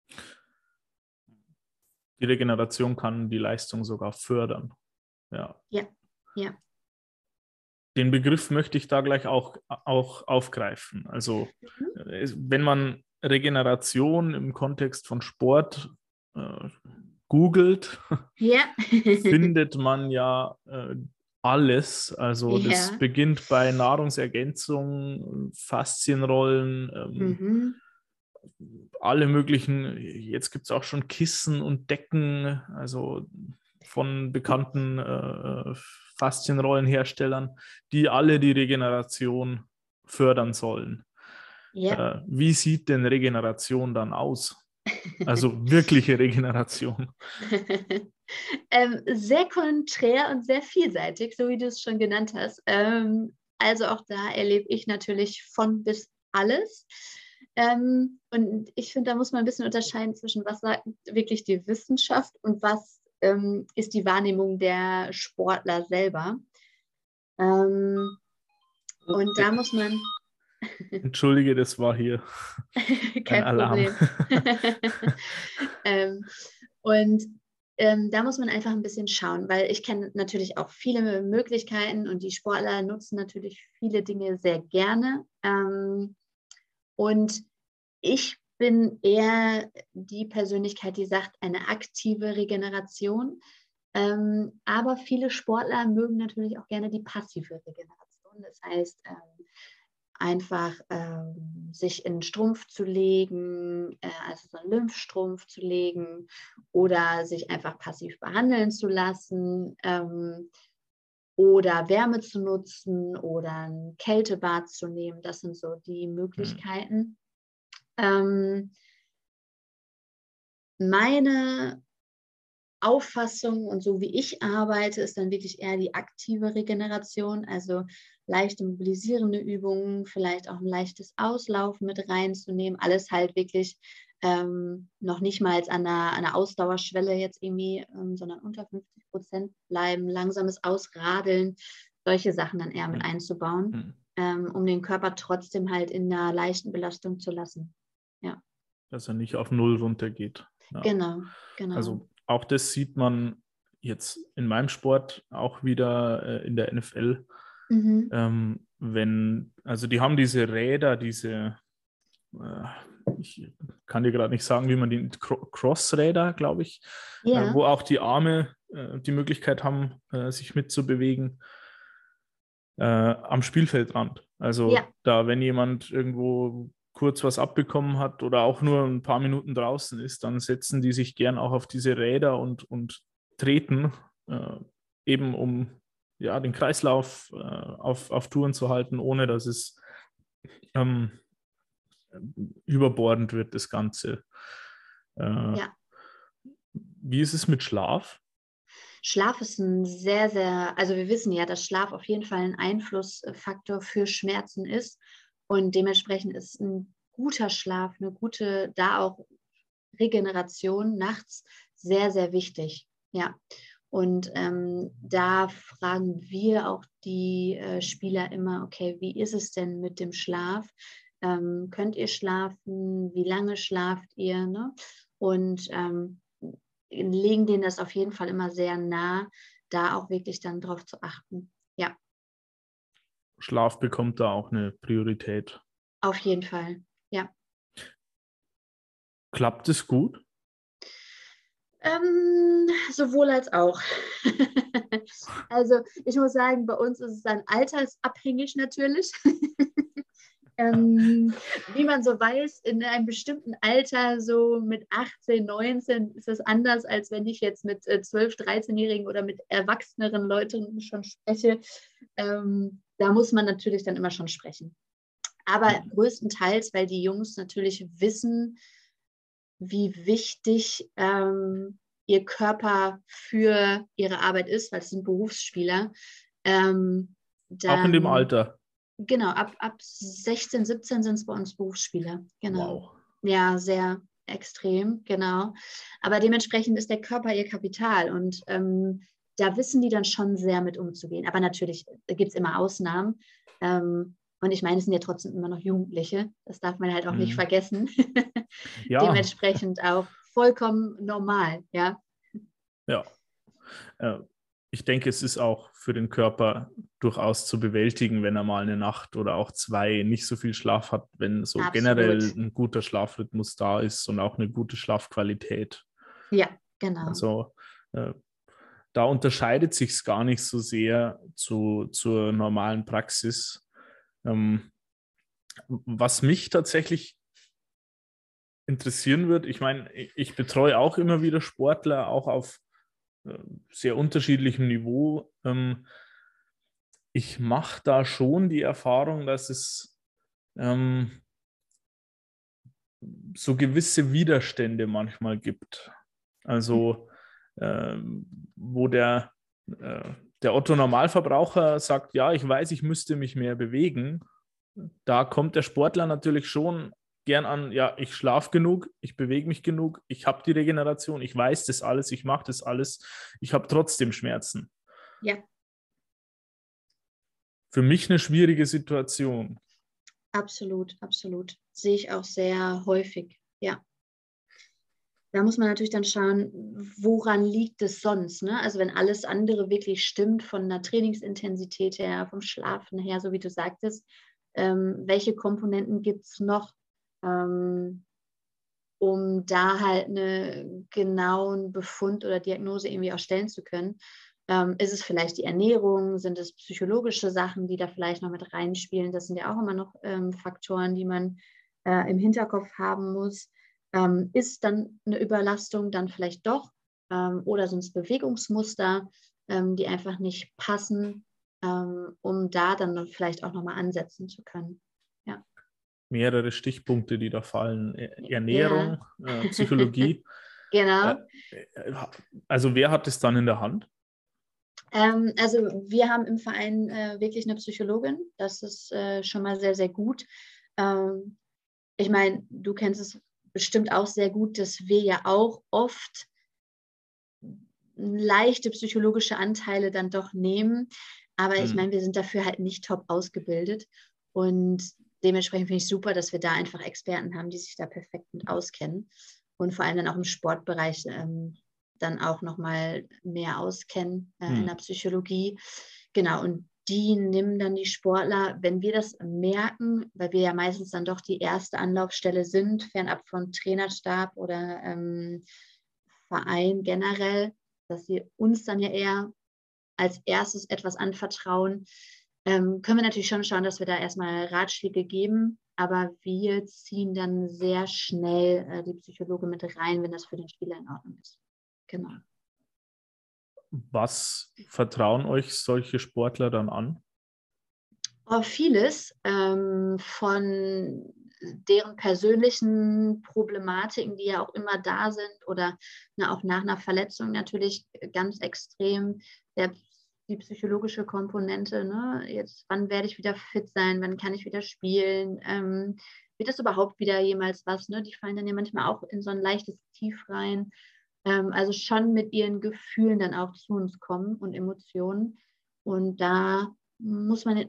Die Regeneration kann die Leistung sogar fördern. Ja. Ja, ja. Den Begriff möchte ich da gleich auch, auch aufgreifen. Also Mhm. wenn man Regeneration im Kontext von Sport äh, googelt, Ja. findet man ja äh, alles. Also das Ja. beginnt bei Nahrungsergänzung, Faszienrollen, ähm, Mhm. alle möglichen, jetzt gibt es auch schon Kissen und Decken, also von bekannten äh, Faszienrollenherstellern, die alle die Regeneration fördern sollen. Ja. Äh, wie sieht denn Regeneration dann aus? Also wirkliche Regeneration. ähm, sehr konträr und sehr vielseitig, so wie du es schon genannt hast. Ähm, also auch da erlebe ich natürlich von bis alles. Ähm, und ich finde, da muss man ein bisschen unterscheiden zwischen, was sagt wirklich die Wissenschaft und was ähm, ist die Wahrnehmung der Sportler selber. Ähm, und da muss man... Entschuldige, das war hier ein Kein Alarm. Problem. ähm, und ähm, da muss man einfach ein bisschen schauen, weil ich kenne natürlich auch viele Möglichkeiten und die Sportler nutzen natürlich viele Dinge sehr gerne. Ähm, und ich bin eher die Persönlichkeit, die sagt, eine aktive Regeneration. Ähm, aber viele Sportler mögen natürlich auch gerne die passive Regeneration. Das heißt, ähm, einfach ähm, sich in einen Strumpf zu legen, äh, also so einen Lymphstrumpf zu legen oder sich einfach passiv behandeln zu lassen ähm, oder Wärme zu nutzen oder ein Kältebad zu nehmen. Das sind so die Möglichkeiten. Ähm, meine Auffassung und so wie ich arbeite, ist dann wirklich eher die aktive Regeneration, also leichte mobilisierende Übungen, vielleicht auch ein leichtes Auslaufen mit reinzunehmen, alles halt wirklich ähm, noch nicht mal an einer, an einer Ausdauerschwelle jetzt irgendwie, ähm, sondern unter fünfzig Prozent bleiben, langsames Ausradeln, solche Sachen dann eher mit Hm. einzubauen, Hm. ähm, um den Körper trotzdem halt in einer leichten Belastung zu lassen. Ja. Dass er nicht auf Null runtergeht. Ja. Genau, genau. Also auch das sieht man jetzt in meinem Sport auch wieder äh, in der N F L. Mhm. Ähm, wenn, also die haben diese Räder, diese, äh, ich kann dir gerade nicht sagen, wie man die Crossräder, glaube ich, Ja. äh, wo auch die Arme äh, die Möglichkeit haben, äh, sich mitzubewegen, äh, am Spielfeldrand. Also Ja. da, wenn jemand irgendwo kurz was abbekommen hat oder auch nur ein paar Minuten draußen ist, dann setzen die sich gern auch auf diese Räder und, und treten, äh, eben um ja, den Kreislauf äh, auf, auf Touren zu halten, ohne dass es ähm, überbordend wird, das Ganze. Äh, Ja. Wie ist es mit Schlaf? Schlaf ist ein sehr, sehr, also wir wissen ja, dass Schlaf auf jeden Fall ein Einflussfaktor für Schmerzen ist und dementsprechend ist ein guter Schlaf, eine gute, da auch Regeneration nachts sehr, sehr wichtig. Ja. Und ähm, da fragen wir auch die äh, Spieler immer, okay, wie ist es denn mit dem Schlaf? Ähm, könnt ihr schlafen? Wie lange schlaft ihr? Ne? Und ähm, legen denen das auf jeden Fall immer sehr nah, da auch wirklich dann drauf zu achten. Ja. Schlaf bekommt da auch eine Priorität. Auf jeden Fall, ja. Klappt es gut? Ähm, sowohl als auch. Also ich muss sagen, bei uns ist es dann altersabhängig natürlich. ähm, wie man so weiß, in einem bestimmten Alter, so mit achtzehn, neunzehn, ist es anders, als wenn ich jetzt mit äh, zwölf-, dreizehn-Jährigen oder mit erwachseneren Leuten schon spreche. Ähm, da muss man natürlich dann immer schon sprechen. Aber größtenteils, weil die Jungs natürlich wissen, wie wichtig ähm, ihr Körper für ihre Arbeit ist, weil es sind Berufsspieler. Ähm, dann, auch in dem Alter? Genau, ab, ab sechzehn, siebzehn sind es bei uns Berufsspieler. Genau. Wow. Ja, sehr extrem, genau. Aber dementsprechend ist der Körper ihr Kapital und ähm, da wissen die dann schon sehr mit umzugehen. Aber natürlich gibt es immer Ausnahmen. Ähm, und ich meine, es sind ja trotzdem immer noch Jugendliche. Das darf man halt auch mhm. nicht vergessen. Ja. Dementsprechend auch vollkommen normal, ja. Ja. Äh, ich denke, es ist auch für den Körper durchaus zu bewältigen, wenn er mal eine Nacht oder auch zwei nicht so viel Schlaf hat, wenn so Absolut. Generell ein guter Schlafrhythmus da ist und auch eine gute Schlafqualität. Ja, genau. Also äh, da unterscheidet sich es gar nicht so sehr zu, zur normalen Praxis. Ähm, was mich tatsächlich interessieren wird, ich meine, ich betreue auch immer wieder Sportler, auch auf äh, sehr unterschiedlichem Niveau. Ähm, ich mache da schon die Erfahrung, dass es ähm, so gewisse Widerstände manchmal gibt. Also ähm, wo der, äh, der Otto-Normalverbraucher sagt, ja, ich weiß, ich müsste mich mehr bewegen. Da kommt der Sportler natürlich schon gern an, ja, ich schlafe genug, ich bewege mich genug, ich habe die Regeneration, ich weiß das alles, ich mache das alles, ich habe trotzdem Schmerzen. Ja. Für mich eine schwierige Situation. Absolut, absolut. Sehe ich auch sehr häufig, ja. Da muss man natürlich dann schauen, woran liegt es sonst, ne? Also wenn alles andere wirklich stimmt, von der Trainingsintensität her, vom Schlafen her, so wie du sagtest, ähm, welche Komponenten gibt es noch, ähm, um da halt einen genauen Befund oder Diagnose irgendwie auch stellen zu können. Ähm, ist es vielleicht die Ernährung? Sind es psychologische Sachen, die da vielleicht noch mit reinspielen? Das sind ja auch immer noch ähm, Faktoren, die man äh, im Hinterkopf haben muss. Ähm, ist dann eine Überlastung dann vielleicht doch? Ähm, oder sind es Bewegungsmuster, ähm, die einfach nicht passen, ähm, um da dann vielleicht auch nochmal ansetzen zu können? Ja. Mehrere Stichpunkte, die da fallen. Ernährung, ja. äh, Psychologie. Genau. Äh, also wer hat es dann in der Hand? Ähm, also wir haben im Verein äh, wirklich eine Psychologin. Das ist äh, schon mal sehr, sehr gut. Ähm, ich meine, du kennst es bestimmt auch sehr gut, dass wir ja auch oft leichte psychologische Anteile dann doch nehmen. Aber ich meine, wir sind dafür halt nicht top ausgebildet. Und dementsprechend finde ich super, dass wir da einfach Experten haben, die sich da perfekt mit auskennen. Und vor allem dann auch im Sportbereich ähm, dann auch nochmal mehr auskennen äh, hm. in der Psychologie. Genau, und die nehmen dann die Sportler, wenn wir das merken, weil wir ja meistens dann doch die erste Anlaufstelle sind, fernab von Trainerstab oder ähm, Verein generell, dass sie uns dann ja eher als erstes etwas anvertrauen, ähm, können wir natürlich schon schauen, dass wir da erstmal Ratschläge geben, aber wir ziehen dann sehr schnell äh, die Psychologe mit rein, wenn das für den Spieler in Ordnung ist. Genau. Was vertrauen euch solche Sportler dann an? Oh, vieles ähm, von deren persönlichen Problematiken, die ja auch immer da sind oder na, auch nach einer Verletzung natürlich ganz extrem der, die psychologische Komponente. Ne? Jetzt, wann werde ich wieder fit sein? Wann kann ich wieder spielen? Ähm, wird das überhaupt wieder jemals was? Ne? Die fallen dann ja manchmal auch in so ein leichtes Tief rein. Ähm, also schon mit ihren Gefühlen dann auch zu uns kommen und Emotionen. Und da muss man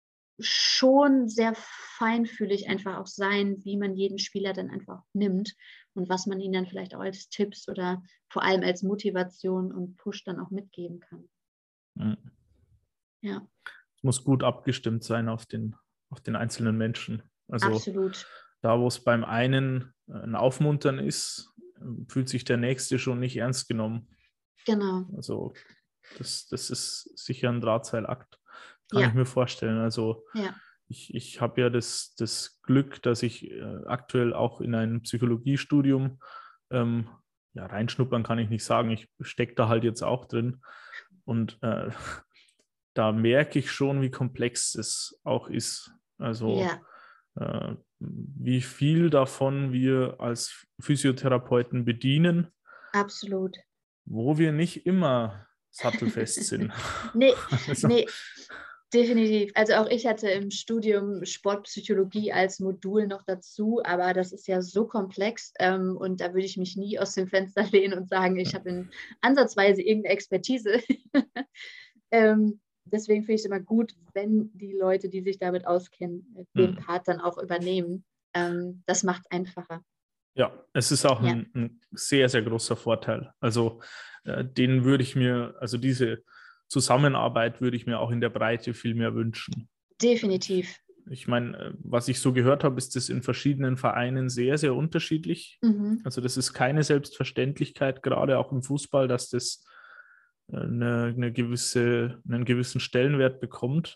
schon sehr feinfühlig einfach auch sein, wie man jeden Spieler dann einfach nimmt und was man ihnen dann vielleicht auch als Tipps oder vor allem als Motivation und Push dann auch mitgeben kann. Mhm. Ja. Es muss gut abgestimmt sein auf den, auf den einzelnen Menschen. Also absolut. Da, wo es beim einen ein Aufmuntern ist, fühlt sich der Nächste schon nicht ernst genommen. Genau. Also das, das ist sicher ein Drahtseilakt, kann ja. ich mir vorstellen. Also ja. ich, ich habe ja das, das Glück, dass ich äh, aktuell auch in ein Psychologiestudium ähm, ja, reinschnuppern kann ich nicht sagen. Ich stecke da halt jetzt auch drin. Und äh, da merke ich schon, wie komplex es auch ist. Also ja. äh, wie viel davon wir als Physiotherapeuten bedienen. Absolut. Wo wir nicht immer sattelfest sind. nee, also. nee, definitiv. Also auch ich hatte im Studium Sportpsychologie als Modul noch dazu, aber das ist ja so komplex ähm, und da würde ich mich nie aus dem Fenster lehnen und sagen, ich habe in ansatzweise irgendeine Expertise. ähm, deswegen finde ich es immer gut, wenn die Leute, die sich damit auskennen, den Part dann auch übernehmen. Ähm, das macht es einfacher. Ja, es ist auch ja. ein, ein sehr, sehr großer Vorteil. Also äh, den würde ich mir, also diese Zusammenarbeit würde ich mir auch in der Breite viel mehr wünschen. Definitiv. Ich, ich meine, was ich so gehört habe, ist das in verschiedenen Vereinen sehr, sehr unterschiedlich. Mhm. Also das ist keine Selbstverständlichkeit, gerade auch im Fußball, dass das eine, eine gewisse, einen gewissen Stellenwert bekommt.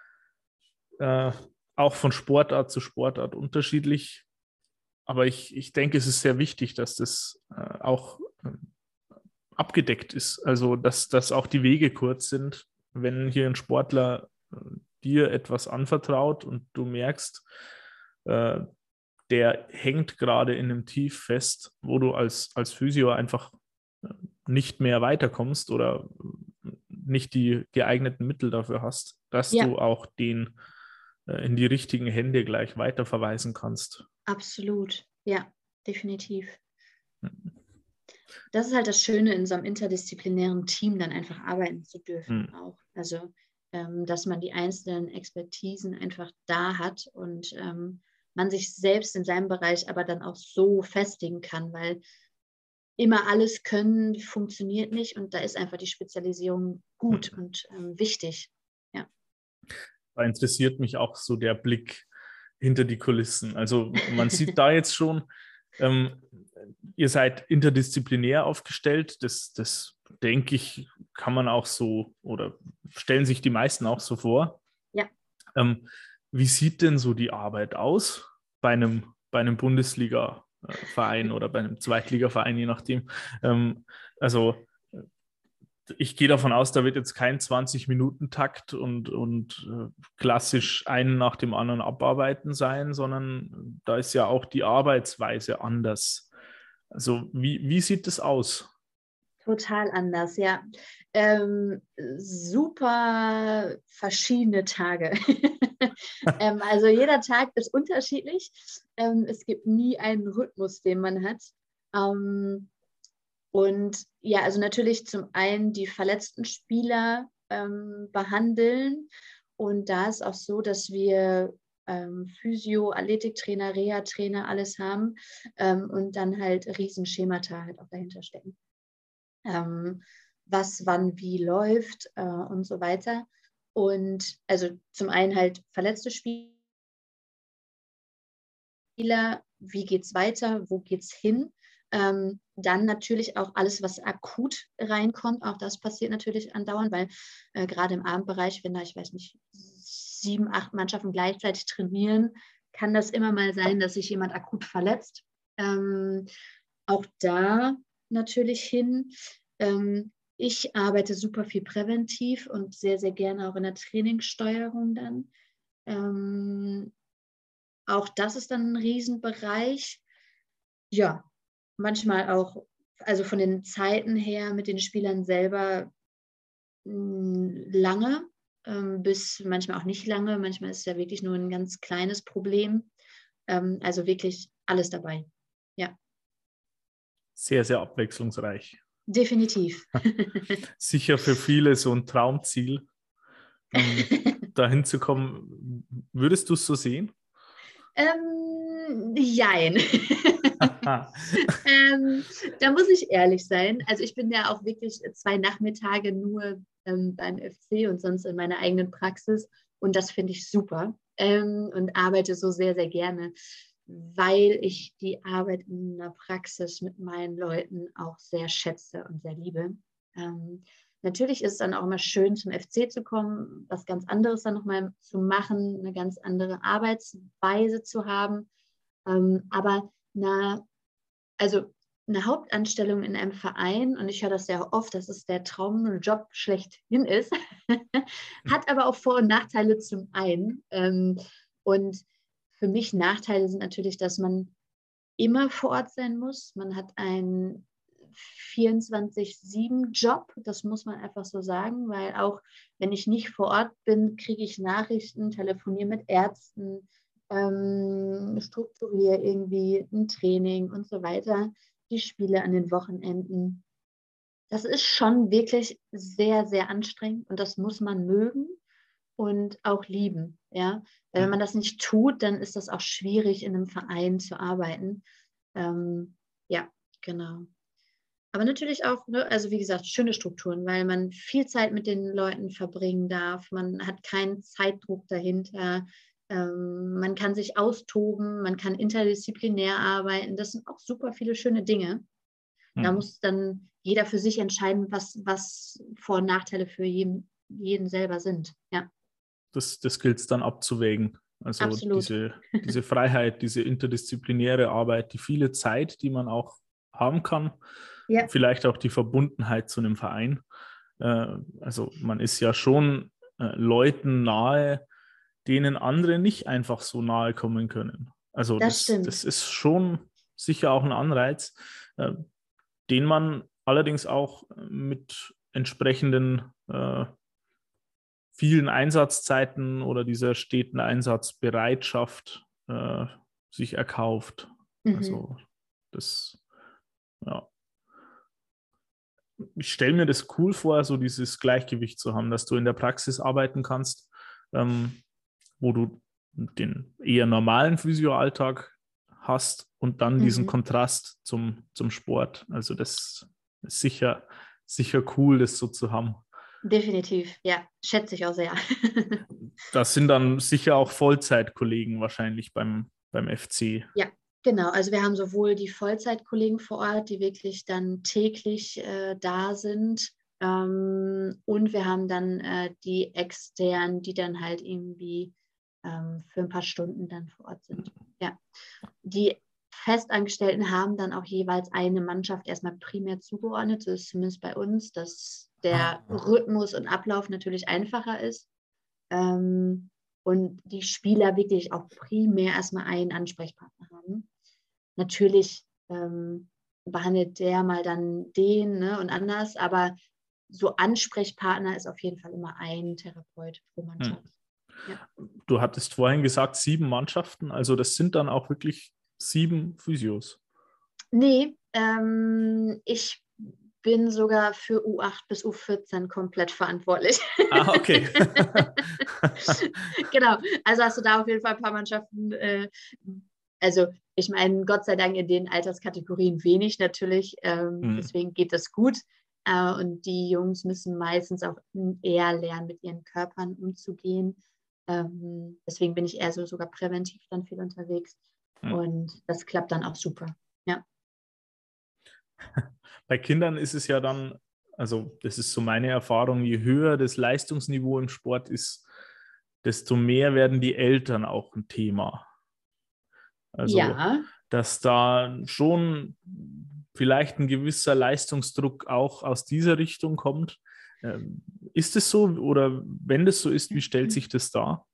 Äh, auch von Sportart zu Sportart unterschiedlich. Aber ich, ich denke, es ist sehr wichtig, dass das äh, auch äh, abgedeckt ist. Also, dass, dass auch die Wege kurz sind. Wenn hier ein Sportler äh, dir etwas anvertraut und du merkst, äh, der hängt gerade in einem Tief fest, wo du als, als Physio einfach nicht mehr weiterkommst oder nicht die geeigneten Mittel dafür hast, dass ja. du auch den äh, in die richtigen Hände gleich weiterverweisen kannst. Absolut, ja, definitiv. Das ist halt das Schöne, in so einem interdisziplinären Team dann einfach arbeiten zu dürfen mhm. auch. Also, ähm, dass man die einzelnen Expertisen einfach da hat und ähm, man sich selbst in seinem Bereich aber dann auch so festigen kann, weil immer alles können funktioniert nicht und da ist einfach die Spezialisierung gut mhm. und ähm, wichtig. Ja. Da interessiert mich auch so der Blick hinter die Kulissen. Also man sieht da jetzt schon, ähm, ihr seid interdisziplinär aufgestellt. Das, das denke ich, kann man auch so oder stellen sich die meisten auch so vor. Ja. Ähm, wie sieht denn so die Arbeit aus bei einem, bei einem Bundesliga-Verein oder bei einem Zweitliga-Verein, je nachdem? Ähm, also ich gehe davon aus, da wird jetzt kein zwanzig-Minuten-Takt und, und äh, klassisch einen nach dem anderen abarbeiten sein, sondern da ist ja auch die Arbeitsweise anders. Also wie, wie sieht das aus? Total anders, ja. Ähm, super verschiedene Tage. ähm, also jeder Tag ist unterschiedlich. Ähm, es gibt nie einen Rhythmus, den man hat. Ähm, Und ja, also natürlich zum einen die verletzten Spieler ähm, behandeln. Und da ist auch so, dass wir ähm, Physio, Athletiktrainer, Reha-Trainer, alles haben ähm, und dann halt Riesenschemata halt auch dahinter stecken. Ähm, was wann wie läuft äh, und so weiter. Und also zum einen halt verletzte Spieler, wie geht es weiter, wo geht es hin? Ähm, dann natürlich auch alles, was akut reinkommt, auch das passiert natürlich andauernd, weil äh, gerade im Abendbereich, wenn da, ich weiß nicht, sieben, acht Mannschaften gleichzeitig trainieren, kann das immer mal sein, dass sich jemand akut verletzt. Ähm, auch da natürlich hin. Ähm, ich arbeite super viel präventiv und sehr, sehr gerne auch in der Trainingssteuerung dann. Ähm, auch das ist dann ein Riesenbereich. Ja, manchmal auch, also von den Zeiten her mit den Spielern selber mh, lange, ähm, bis manchmal auch nicht lange. Manchmal ist es ja wirklich nur ein ganz kleines Problem. Ähm, also wirklich alles dabei. Ja, Sehr, sehr abwechslungsreich. definitiv. Sicher für viele so ein Traumziel, ähm, dahin zu kommen. Würdest du es so sehen? Ähm, jein. ähm, da muss ich ehrlich sein. Also ich bin ja auch wirklich zwei Nachmittage nur ähm, beim F C und sonst in meiner eigenen Praxis. Und das finde ich super ähm, und arbeite so sehr, sehr gerne, weil ich die Arbeit in der Praxis mit meinen Leuten auch sehr schätze und sehr liebe. Ähm, Natürlich ist es dann auch immer schön, zum F C zu kommen, was ganz anderes dann nochmal zu machen, eine ganz andere Arbeitsweise zu haben. Ähm, aber eine, also eine Hauptanstellung in einem Verein, und ich höre das sehr oft, dass es der Traumjob schlechthin ist, hat aber auch Vor- und Nachteile zum einen. Ähm, und für mich Nachteile sind natürlich, dass man immer vor Ort sein muss. Man hat einen vierundzwanzig sieben Job, das muss man einfach so sagen, weil auch wenn ich nicht vor Ort bin, kriege ich Nachrichten, telefoniere mit Ärzten, ähm, strukturiere irgendwie ein Training und so weiter, die Spiele an den Wochenenden. Das ist schon wirklich sehr, sehr anstrengend und das muss man mögen und auch lieben. Ja? Wenn man das nicht tut, dann ist das auch schwierig, in einem Verein zu arbeiten. Ähm, ja, genau. Aber natürlich auch, ne, also wie gesagt, schöne Strukturen, weil man viel Zeit mit den Leuten verbringen darf. Man hat keinen Zeitdruck dahinter. Ähm, man kann sich austoben, man kann interdisziplinär arbeiten. Das sind auch super viele schöne Dinge. Da Hm. muss dann jeder für sich entscheiden, was, was Vor- und Nachteile für jeden, jeden selber sind. Ja, Das, das gilt es dann abzuwägen. Also absolut. diese, diese Freiheit, diese interdisziplinäre Arbeit, die viele Zeit, die man auch haben kann, Ja, vielleicht auch die Verbundenheit zu einem Verein. Äh, also man ist ja schon äh, Leuten nahe, denen andere nicht einfach so nahe kommen können. Also das das, stimmt. das ist schon sicher auch ein Anreiz, äh, den man allerdings auch mit entsprechenden äh, vielen Einsatzzeiten oder dieser steten Einsatzbereitschaft äh, sich erkauft. Mhm. Also das, ja. Ich stelle mir das cool vor, so dieses Gleichgewicht zu haben, dass du in der Praxis arbeiten kannst, ähm, wo du den eher normalen Physioalltag hast und dann diesen Mhm. Kontrast zum, zum Sport. Also das ist sicher, sicher cool, das so zu haben. Definitiv, ja, schätze ich auch sehr. Das sind dann sicher auch Vollzeitkollegen wahrscheinlich beim, beim F C. Ja, genau. Also wir haben sowohl die Vollzeitkollegen vor Ort, die wirklich dann täglich äh, da sind, ähm, und wir haben dann äh, die externen, die dann halt irgendwie ähm, für ein paar Stunden dann vor Ort sind. Ja. Die Festangestellten haben dann auch jeweils eine Mannschaft erstmal primär zugeordnet. Das ist zumindest bei uns, dass der Rhythmus und Ablauf natürlich einfacher ist. Ähm, und die Spieler wirklich auch primär erstmal einen Ansprechpartner haben. Natürlich ähm, behandelt der mal dann den, ne, und anders, aber so Ansprechpartner ist auf jeden Fall immer ein Therapeut pro Hm. Mannschaft. Ja. Du hattest vorhin gesagt, sieben Mannschaften, also das sind dann auch wirklich sieben Physios. Nee, ähm, ich bin sogar für U acht bis U vierzehn komplett verantwortlich. Ah, okay. Genau, also hast du da auf jeden Fall ein paar Mannschaften. Äh, also ich meine, Gott sei Dank in den Alterskategorien wenig natürlich, ähm, Hm. deswegen geht das gut. Äh, und die Jungs müssen meistens auch eher lernen, mit ihren Körpern umzugehen. Ähm, deswegen bin ich eher so sogar präventiv dann viel unterwegs. Hm. Und das klappt dann auch super. Ja. Bei Kindern ist es ja dann, also das ist so meine Erfahrung, je höher das Leistungsniveau im Sport ist, desto mehr werden die Eltern auch ein Thema. Also, Ja. dass da schon vielleicht ein gewisser Leistungsdruck auch aus dieser Richtung kommt. Ähm, ist es so oder wenn das so ist, wie stellt sich das dar?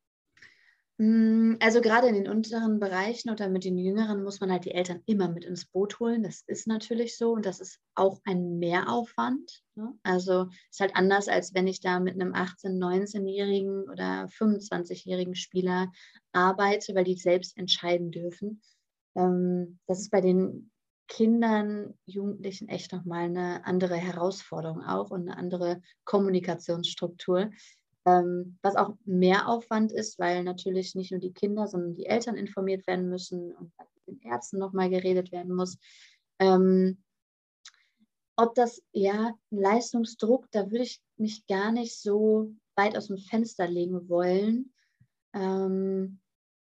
Also gerade in den unteren Bereichen oder mit den Jüngeren muss man halt die Eltern immer mit ins Boot holen. Das ist natürlich so und das ist auch ein Mehraufwand. Ne? Also ist halt anders, als wenn ich da mit einem achtzehn-, neunzehnjährigen oder fünfundzwanzigjährigen Spieler arbeite, weil die selbst entscheiden dürfen. Ähm, das ist bei den Kindern, Jugendlichen echt nochmal eine andere Herausforderung auch und eine andere Kommunikationsstruktur. Ähm, was auch mehr Aufwand ist, weil natürlich nicht nur die Kinder, sondern die Eltern informiert werden müssen und mit den Ärzten nochmal geredet werden muss. Ähm, ob das, ja, ein Leistungsdruck, da würde ich mich gar nicht so weit aus dem Fenster legen wollen. Ähm,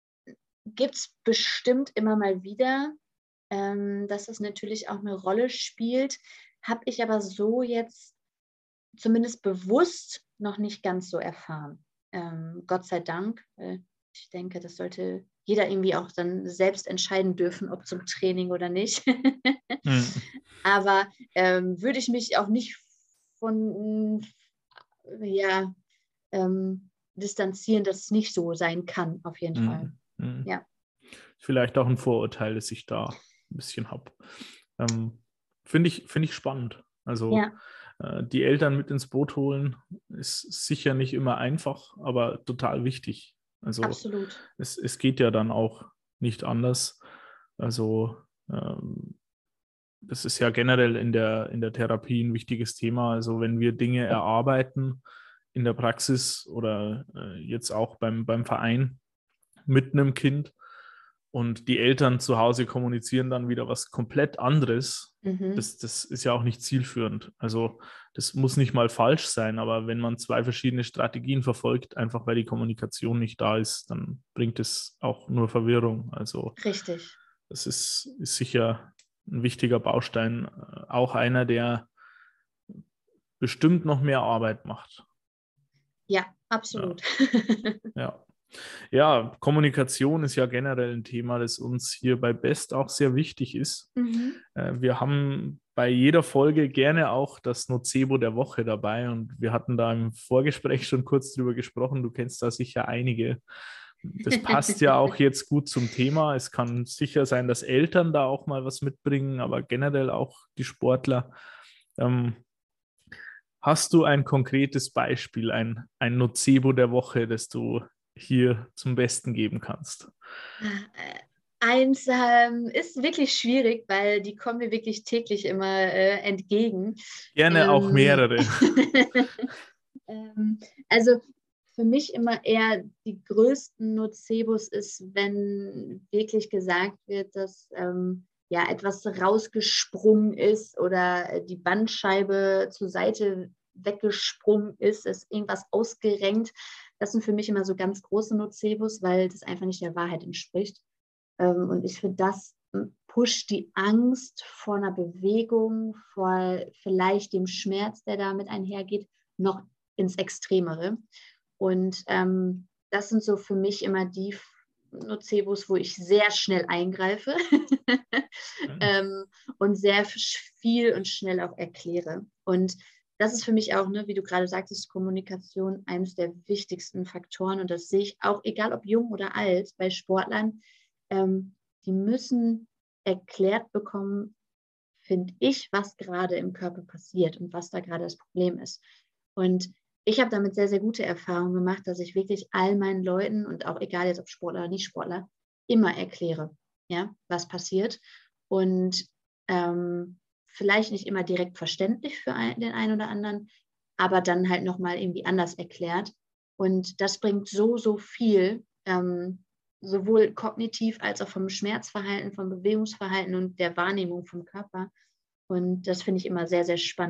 Gibt es bestimmt immer mal wieder, ähm, dass das natürlich auch eine Rolle spielt. Habe ich aber so jetzt zumindest bewusst noch nicht ganz so erfahren. Ähm, Gott sei Dank. Äh, ich denke, das sollte jeder irgendwie auch dann selbst entscheiden dürfen, ob zum Training oder nicht. Hm. Aber ähm, würde ich mich auch nicht von ja, ähm, distanzieren, dass es nicht so sein kann, auf jeden Hm. Fall. Hm. Ja. Vielleicht auch ein Vorurteil, das ich da ein bisschen habe. Ähm, finde ich, finde ich spannend. Also Ja. äh, die Eltern mit ins Boot holen, ist sicher nicht immer einfach, aber total wichtig. Also Absolut. es, es geht ja dann auch nicht anders. Also ähm, das ist ja generell in der, in der Therapie ein wichtiges Thema. Also wenn wir Dinge erarbeiten in der Praxis oder äh, jetzt auch beim, beim Verein mit einem Kind, und die Eltern zu Hause kommunizieren dann wieder was komplett anderes. Mhm. Das, das ist ja auch nicht zielführend. Also das muss nicht mal falsch sein, aber wenn man zwei verschiedene Strategien verfolgt, einfach weil die Kommunikation nicht da ist, dann bringt es auch nur Verwirrung. Also Richtig. das ist, ist sicher ein wichtiger Baustein, auch einer, der bestimmt noch mehr Arbeit macht. Ja, absolut. Ja. Ja. Ja, Kommunikation ist ja generell ein Thema, das uns hier bei Best auch sehr wichtig ist. Mhm. Wir haben bei jeder Folge gerne auch das Nocebo der Woche dabei und wir hatten da im Vorgespräch schon kurz drüber gesprochen. Du kennst da sicher einige. Das passt ja auch jetzt gut zum Thema. Es kann sicher sein, dass Eltern da auch mal was mitbringen, aber generell auch die Sportler. Ähm, hast du ein konkretes Beispiel, ein, ein Nocebo der Woche, das du hier zum Besten geben kannst? Eins ähm, ist wirklich schwierig, weil die kommen mir wirklich täglich immer äh, entgegen. Gerne ähm, auch mehrere. ähm, also für mich immer eher die größten Nocebos ist, wenn wirklich gesagt wird, dass ähm, ja, etwas rausgesprungen ist oder die Bandscheibe zur Seite weggesprungen ist, ist irgendwas ausgerenkt. Das sind für mich immer so ganz große Nocebos, weil das einfach nicht der Wahrheit entspricht. Ähm, und ich finde, das pusht die Angst vor einer Bewegung, vor vielleicht dem Schmerz, der damit einhergeht, noch ins Extremere. Und ähm, das sind so für mich immer die Nocebos, wo ich sehr schnell eingreife ähm, und sehr viel und schnell auch erkläre. Und das ist für mich auch, ne, wie du gerade sagtest, Kommunikation eines der wichtigsten Faktoren. Und das sehe ich auch, egal ob jung oder alt, bei Sportlern. Ähm, die müssen erklärt bekommen, finde ich, was gerade im Körper passiert und was da gerade das Problem ist. Und ich habe damit sehr, sehr gute Erfahrungen gemacht, dass ich wirklich all meinen Leuten und auch egal jetzt ob Sportler oder nicht Sportler, immer erkläre, ja, was passiert. Und ähm, vielleicht nicht immer direkt verständlich für ein, den einen oder anderen, aber dann halt nochmal irgendwie anders erklärt. Und das bringt so, so viel, ähm, sowohl kognitiv als auch vom Schmerzverhalten, vom Bewegungsverhalten und der Wahrnehmung vom Körper. Und das finde ich immer sehr, sehr spannend,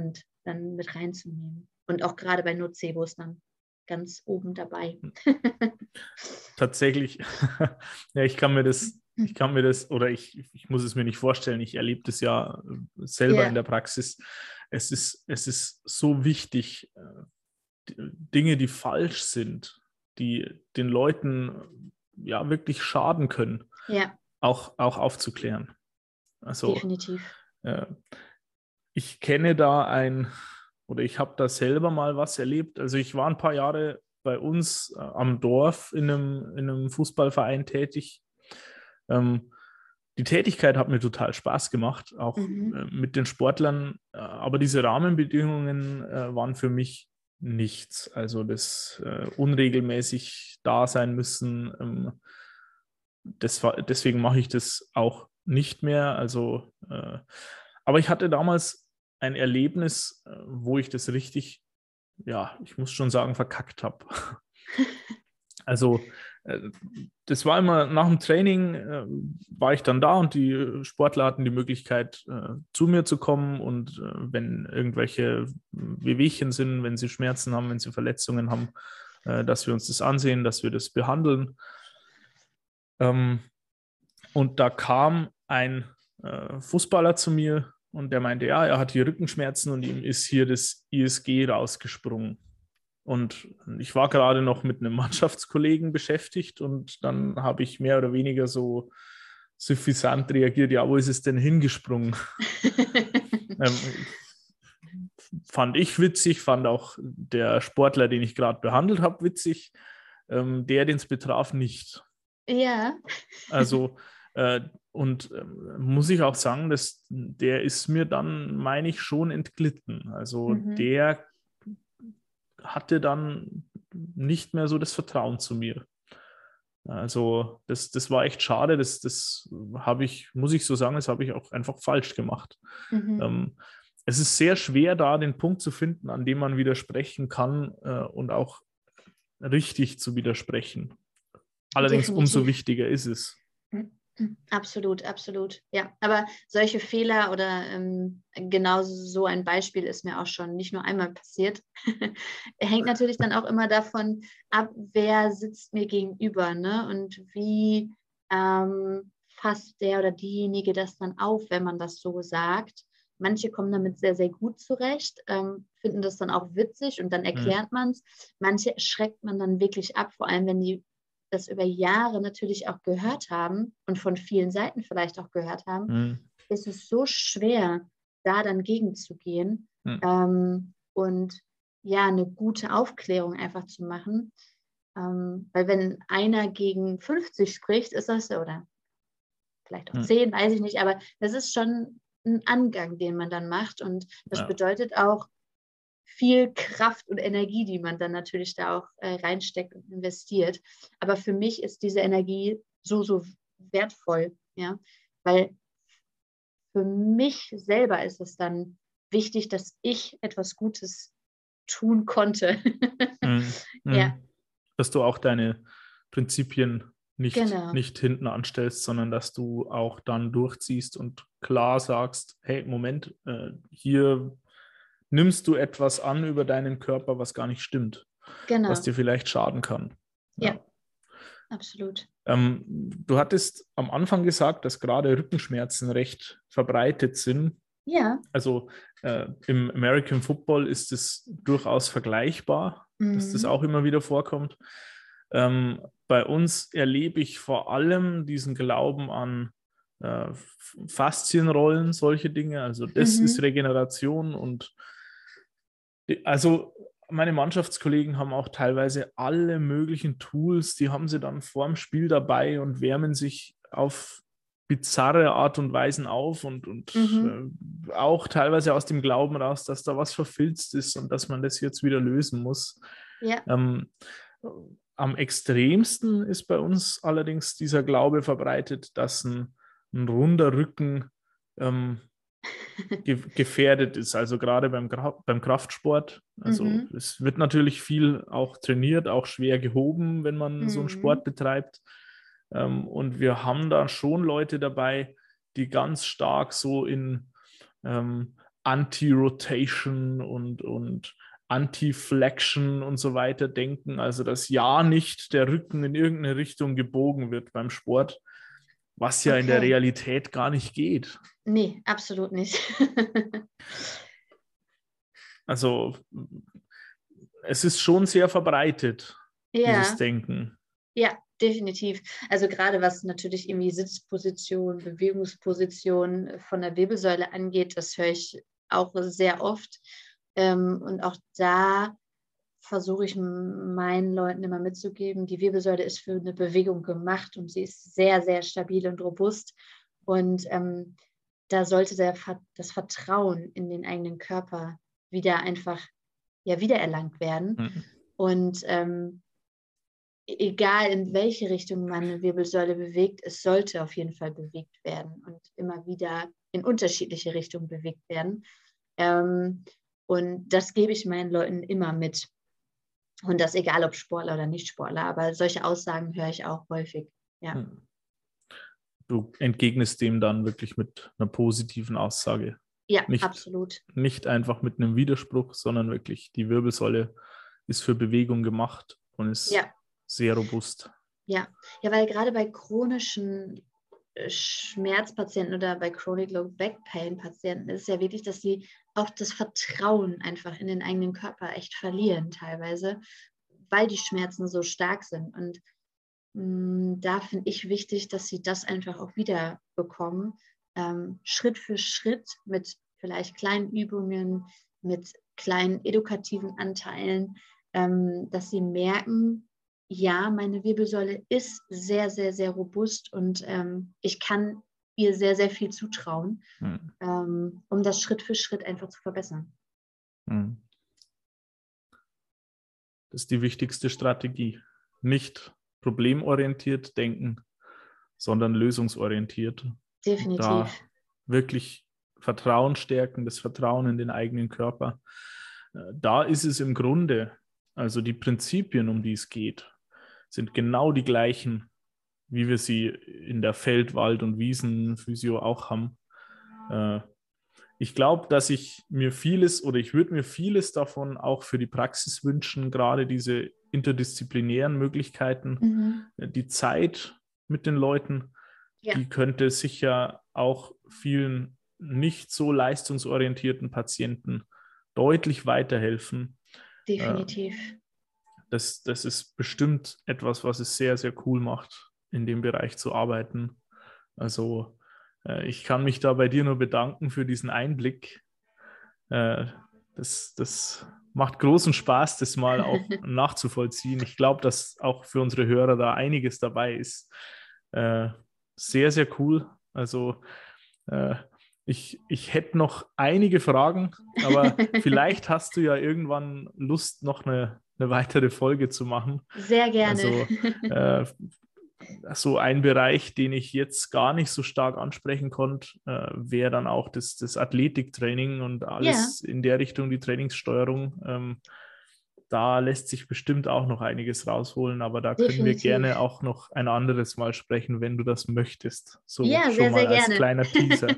dann mit reinzunehmen. Und auch gerade bei Nocebos dann ganz oben dabei. Tatsächlich, ja, ich kann mir das, ich kann mir das, oder ich, ich muss es mir nicht vorstellen, ich erlebe das ja selber Ja. in der Praxis. Es ist, es ist so wichtig, Dinge, die falsch sind, die den Leuten ja wirklich schaden können, Ja, auch, auch aufzuklären. Also definitiv. äh, ich kenne da ein, oder ich habe da selber mal was erlebt. Also ich war ein paar Jahre bei uns äh, am Dorf in einem, in einem Fußballverein tätig. Ähm, die Tätigkeit hat mir total Spaß gemacht, auch Mhm. äh, mit den Sportlern. Äh, aber diese Rahmenbedingungen äh, waren für mich nichts. Also das äh, unregelmäßig da sein müssen. Ähm, das war, deswegen mache ich das auch nicht mehr. Also, äh, aber ich hatte damals ein Erlebnis, äh, wo ich das richtig, ja, ich muss schon sagen, verkackt habe. Also äh, das war immer nach dem Training, äh, war ich dann da und die Sportler hatten die Möglichkeit, äh, zu mir zu kommen und äh, wenn irgendwelche Wehwehchen sind, wenn sie Schmerzen haben, wenn sie Verletzungen haben, äh, dass wir uns das ansehen, dass wir das behandeln. Ähm, und da kam ein äh, Fußballer zu mir und der meinte, ja, er hat hier Rückenschmerzen und ihm ist hier das I S G rausgesprungen. Und ich war gerade noch mit einem Mannschaftskollegen beschäftigt und dann habe ich mehr oder weniger so suffisant reagiert, ja, wo ist es denn hingesprungen? ähm, fand ich witzig, fand auch der Sportler, den ich gerade behandelt habe, witzig. Ähm, der, den es betraf, nicht. Ja. Also, äh, und äh, muss ich auch sagen, dass der ist mir dann, meine ich, schon entglitten. Also Mhm. der hatte dann nicht mehr so das Vertrauen zu mir. Also das, das war echt schade. Das, das habe ich, muss ich so sagen, das habe ich auch einfach falsch gemacht. Mhm. Ähm, es ist sehr schwer, da den Punkt zu finden, an dem man widersprechen kann äh, und auch richtig zu widersprechen. Allerdings umso Definitiv. wichtiger ist es. Absolut, absolut. Ja, aber solche Fehler oder ähm, genau so ein Beispiel ist mir auch schon nicht nur einmal passiert. Hängt natürlich dann auch immer davon ab, wer sitzt mir gegenüber, ne? Und wie ähm, fasst der oder diejenige das dann auf, wenn man das so sagt. Manche kommen damit sehr, sehr gut zurecht, ähm, finden das dann auch witzig und dann erklärt man es. Manche schreckt man dann wirklich ab, vor allem wenn die das über Jahre natürlich auch gehört haben und von vielen Seiten vielleicht auch gehört haben, Mhm. ist es so schwer, da dann gegenzugehen Mhm. ähm, und ja, eine gute Aufklärung einfach zu machen. Ähm, weil wenn einer gegen fünfzig spricht, ist das, oder vielleicht auch Mhm. zehn, weiß ich nicht, aber das ist schon ein Angang, den man dann macht und das Ja. bedeutet auch viel Kraft und Energie, die man dann natürlich da auch äh, reinsteckt und investiert. Aber für mich ist diese Energie so, so wertvoll, ja, weil für mich selber ist es dann wichtig, dass ich etwas Gutes tun konnte. Mhm. Ja, Mhm. Dass du auch deine Prinzipien nicht, genau. nicht hinten anstellst, sondern dass du auch dann durchziehst und klar sagst, hey, Moment, äh, hier nimmst du etwas an über deinen Körper, was gar nicht stimmt, Genau. was dir vielleicht schaden kann. Ja. Ja, absolut. Ähm, du hattest am Anfang gesagt, dass gerade Rückenschmerzen recht verbreitet sind. Ja. Also äh, im American Football ist es durchaus vergleichbar, Mhm. dass das auch immer wieder vorkommt. Ähm, bei uns erlebe ich vor allem diesen Glauben an äh, Faszienrollen, solche Dinge. Also das Mhm. ist Regeneration und die, also meine Mannschaftskollegen haben auch teilweise alle möglichen Tools, die haben sie dann vorm Spiel dabei und wärmen sich auf bizarre Art und Weisen auf und, und Mhm. äh, auch teilweise aus dem Glauben raus, dass da was verfilzt ist und dass man das jetzt wieder lösen muss. Ja. Ähm, am extremsten ist bei uns allerdings dieser Glaube verbreitet, dass ein, ein runder Rücken ähm, ge gefährdet ist. Also gerade beim, Gra beim Kraftsport. Also Mhm. es wird natürlich viel auch trainiert, auch schwer gehoben, wenn man Mhm. so einen Sport betreibt. Ähm, und wir haben da schon Leute dabei, die ganz stark so in ähm, Anti-Rotation und, und Anti-Flexion und so weiter denken. Also dass ja nicht der Rücken in irgendeine Richtung gebogen wird beim Sport, was ja Okay. in der Realität gar nicht geht. Nee, absolut nicht. Also es ist schon sehr verbreitet, Ja. dieses Denken. Ja, definitiv. Also gerade was natürlich irgendwie Sitzposition, Bewegungsposition von der Wirbelsäule angeht, das höre ich auch sehr oft. Ähm, und auch da versuche ich meinen Leuten immer mitzugeben, die Wirbelsäule ist für eine Bewegung gemacht und sie ist sehr, sehr stabil und robust. Und ähm, da sollte der, das Vertrauen in den eigenen Körper wieder einfach ja, wiedererlangt werden. Mhm. Und ähm, egal in welche Richtung man eine Wirbelsäule bewegt, es sollte auf jeden Fall bewegt werden und immer wieder in unterschiedliche Richtungen bewegt werden. Ähm, und das gebe ich meinen Leuten immer mit. Und das egal, ob Sportler oder nicht Sportler, aber solche Aussagen höre ich auch häufig. Ja. Du entgegnest dem dann wirklich mit einer positiven Aussage. Ja, nicht, absolut. Nicht einfach mit einem Widerspruch, sondern wirklich die Wirbelsäule ist für Bewegung gemacht und ist ja. sehr robust. Ja. ja, weil gerade bei chronischen Schmerzpatienten oder bei Chronic Low Back Pain Patienten ist es ja wirklich, dass sie auch das Vertrauen einfach in den eigenen Körper echt verlieren teilweise, weil die Schmerzen so stark sind. Und mh, da finde ich wichtig, dass sie das einfach auch wieder bekommen, ähm, Schritt für Schritt mit vielleicht kleinen Übungen, mit kleinen edukativen Anteilen, ähm, dass sie merken, ja, meine Wirbelsäule ist sehr, sehr, sehr robust und ähm, ich kann ihr sehr, sehr viel zutrauen, hm. ähm, um das Schritt für Schritt einfach zu verbessern. Hm. Das ist die wichtigste Strategie. Nicht problemorientiert denken, sondern lösungsorientiert. Definitiv. Da wirklich Vertrauen stärken, das Vertrauen in den eigenen Körper. Da ist es im Grunde, also die Prinzipien, um die es geht, sind genau die gleichen, wie wir sie in der Feld-, Wald- und Wiesenphysio auch haben. Ich glaube, dass ich mir vieles oder ich würde mir vieles davon auch für die Praxis wünschen, gerade diese interdisziplinären Möglichkeiten, mhm. die Zeit mit den Leuten, ja. die könnte sicher auch vielen nicht so leistungsorientierten Patienten deutlich weiterhelfen. Definitiv. Das, das ist bestimmt etwas, was es sehr, sehr cool macht, in dem Bereich zu arbeiten. Also äh, ich kann mich da bei dir nur bedanken für diesen Einblick. Äh, das, das macht großen Spaß, das mal auch nachzuvollziehen. Ich glaube, dass auch für unsere Hörer da einiges dabei ist. Äh, sehr, sehr cool. Also äh, ich, ich hätte noch einige Fragen, aber vielleicht hast du ja irgendwann Lust, noch eine eine weitere Folge zu machen. Sehr gerne. Also äh, so ein Bereich, den ich jetzt gar nicht so stark ansprechen konnte, äh, wäre dann auch das, das Athletiktraining und alles ja. in der Richtung, die Trainingssteuerung. Ähm, da lässt sich bestimmt auch noch einiges rausholen, aber da Definitiv. Können wir gerne auch noch ein anderes Mal sprechen, wenn du das möchtest. So ja, schon sehr, mal sehr als gerne. kleiner Teaser.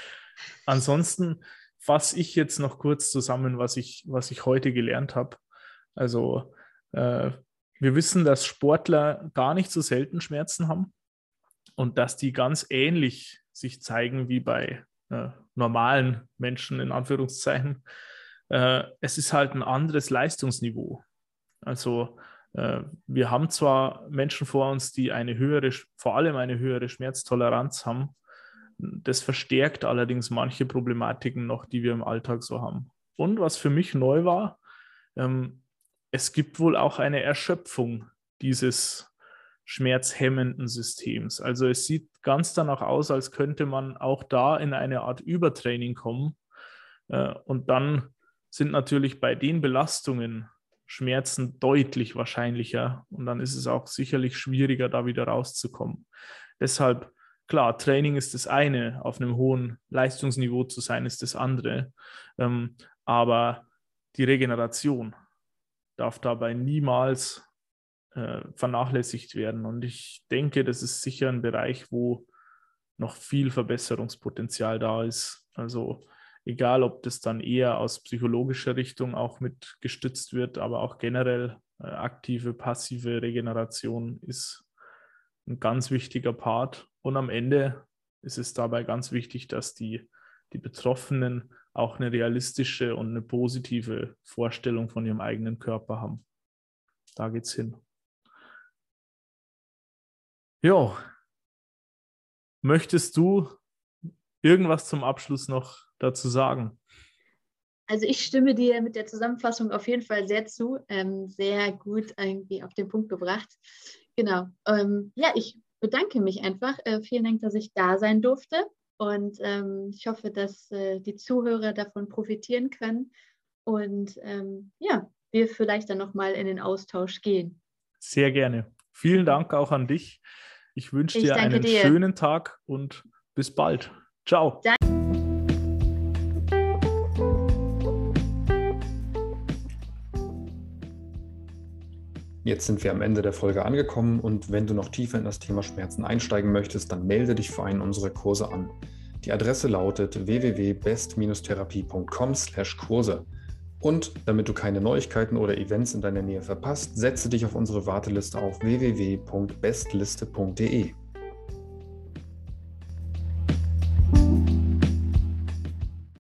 Ansonsten fasse ich jetzt noch kurz zusammen, was ich, was ich heute gelernt habe. Also äh, wir wissen, dass Sportler gar nicht so selten Schmerzen haben und dass die ganz ähnlich sich zeigen wie bei äh, normalen Menschen, in Anführungszeichen. Äh, es ist halt ein anderes Leistungsniveau. Also äh, wir haben zwar Menschen vor uns, die eine höhere, vor allem eine höhere Schmerztoleranz haben. Das verstärkt allerdings manche Problematiken noch, die wir im Alltag so haben. Und was für mich neu war, ähm, es gibt wohl auch eine Erschöpfung dieses schmerzhemmenden Systems. Also es sieht ganz danach aus, als könnte man auch da in eine Art Übertraining kommen. Und dann sind natürlich bei den Belastungen Schmerzen deutlich wahrscheinlicher. Und dann ist es auch sicherlich schwieriger, da wieder rauszukommen. Deshalb, klar, Training ist das eine, auf einem hohen Leistungsniveau zu sein, ist das andere. Aber die Regeneration darf dabei niemals äh, vernachlässigt werden. Und ich denke, das ist sicher ein Bereich, wo noch viel Verbesserungspotenzial da ist. Also egal ob das dann eher aus psychologischer Richtung auch mit gestützt wird, aber auch generell äh, aktive, passive Regeneration ist ein ganz wichtiger Part. Und am Ende ist es dabei ganz wichtig, dass die, die Betroffenen auch eine realistische und eine positive Vorstellung von ihrem eigenen Körper haben. Da geht's hin. Jo, möchtest du irgendwas zum Abschluss noch dazu sagen? Also ich stimme dir mit der Zusammenfassung auf jeden Fall sehr zu. Ähm, sehr gut irgendwie auf den Punkt gebracht. Genau. Ähm, ja, ich bedanke mich einfach. Äh, vielen Dank, dass ich da sein durfte. Und ähm, ich hoffe, dass äh, die Zuhörer davon profitieren können. Und ähm, ja, wir vielleicht dann nochmal in den Austausch gehen. Sehr gerne. Vielen Dank auch an dich. Ich wünsche Ich dir danke einen dir. schönen Tag und bis bald. Ciao. Danke. Jetzt sind wir am Ende der Folge angekommen und wenn du noch tiefer in das Thema Schmerzen einsteigen möchtest, dann melde dich für einen unserer Kurse an. Die Adresse lautet w w w punkt best therapie punkt com slash Kurse. Und damit du keine Neuigkeiten oder Events in deiner Nähe verpasst, setze dich auf unsere Warteliste auf w w w punkt bestliste punkt de.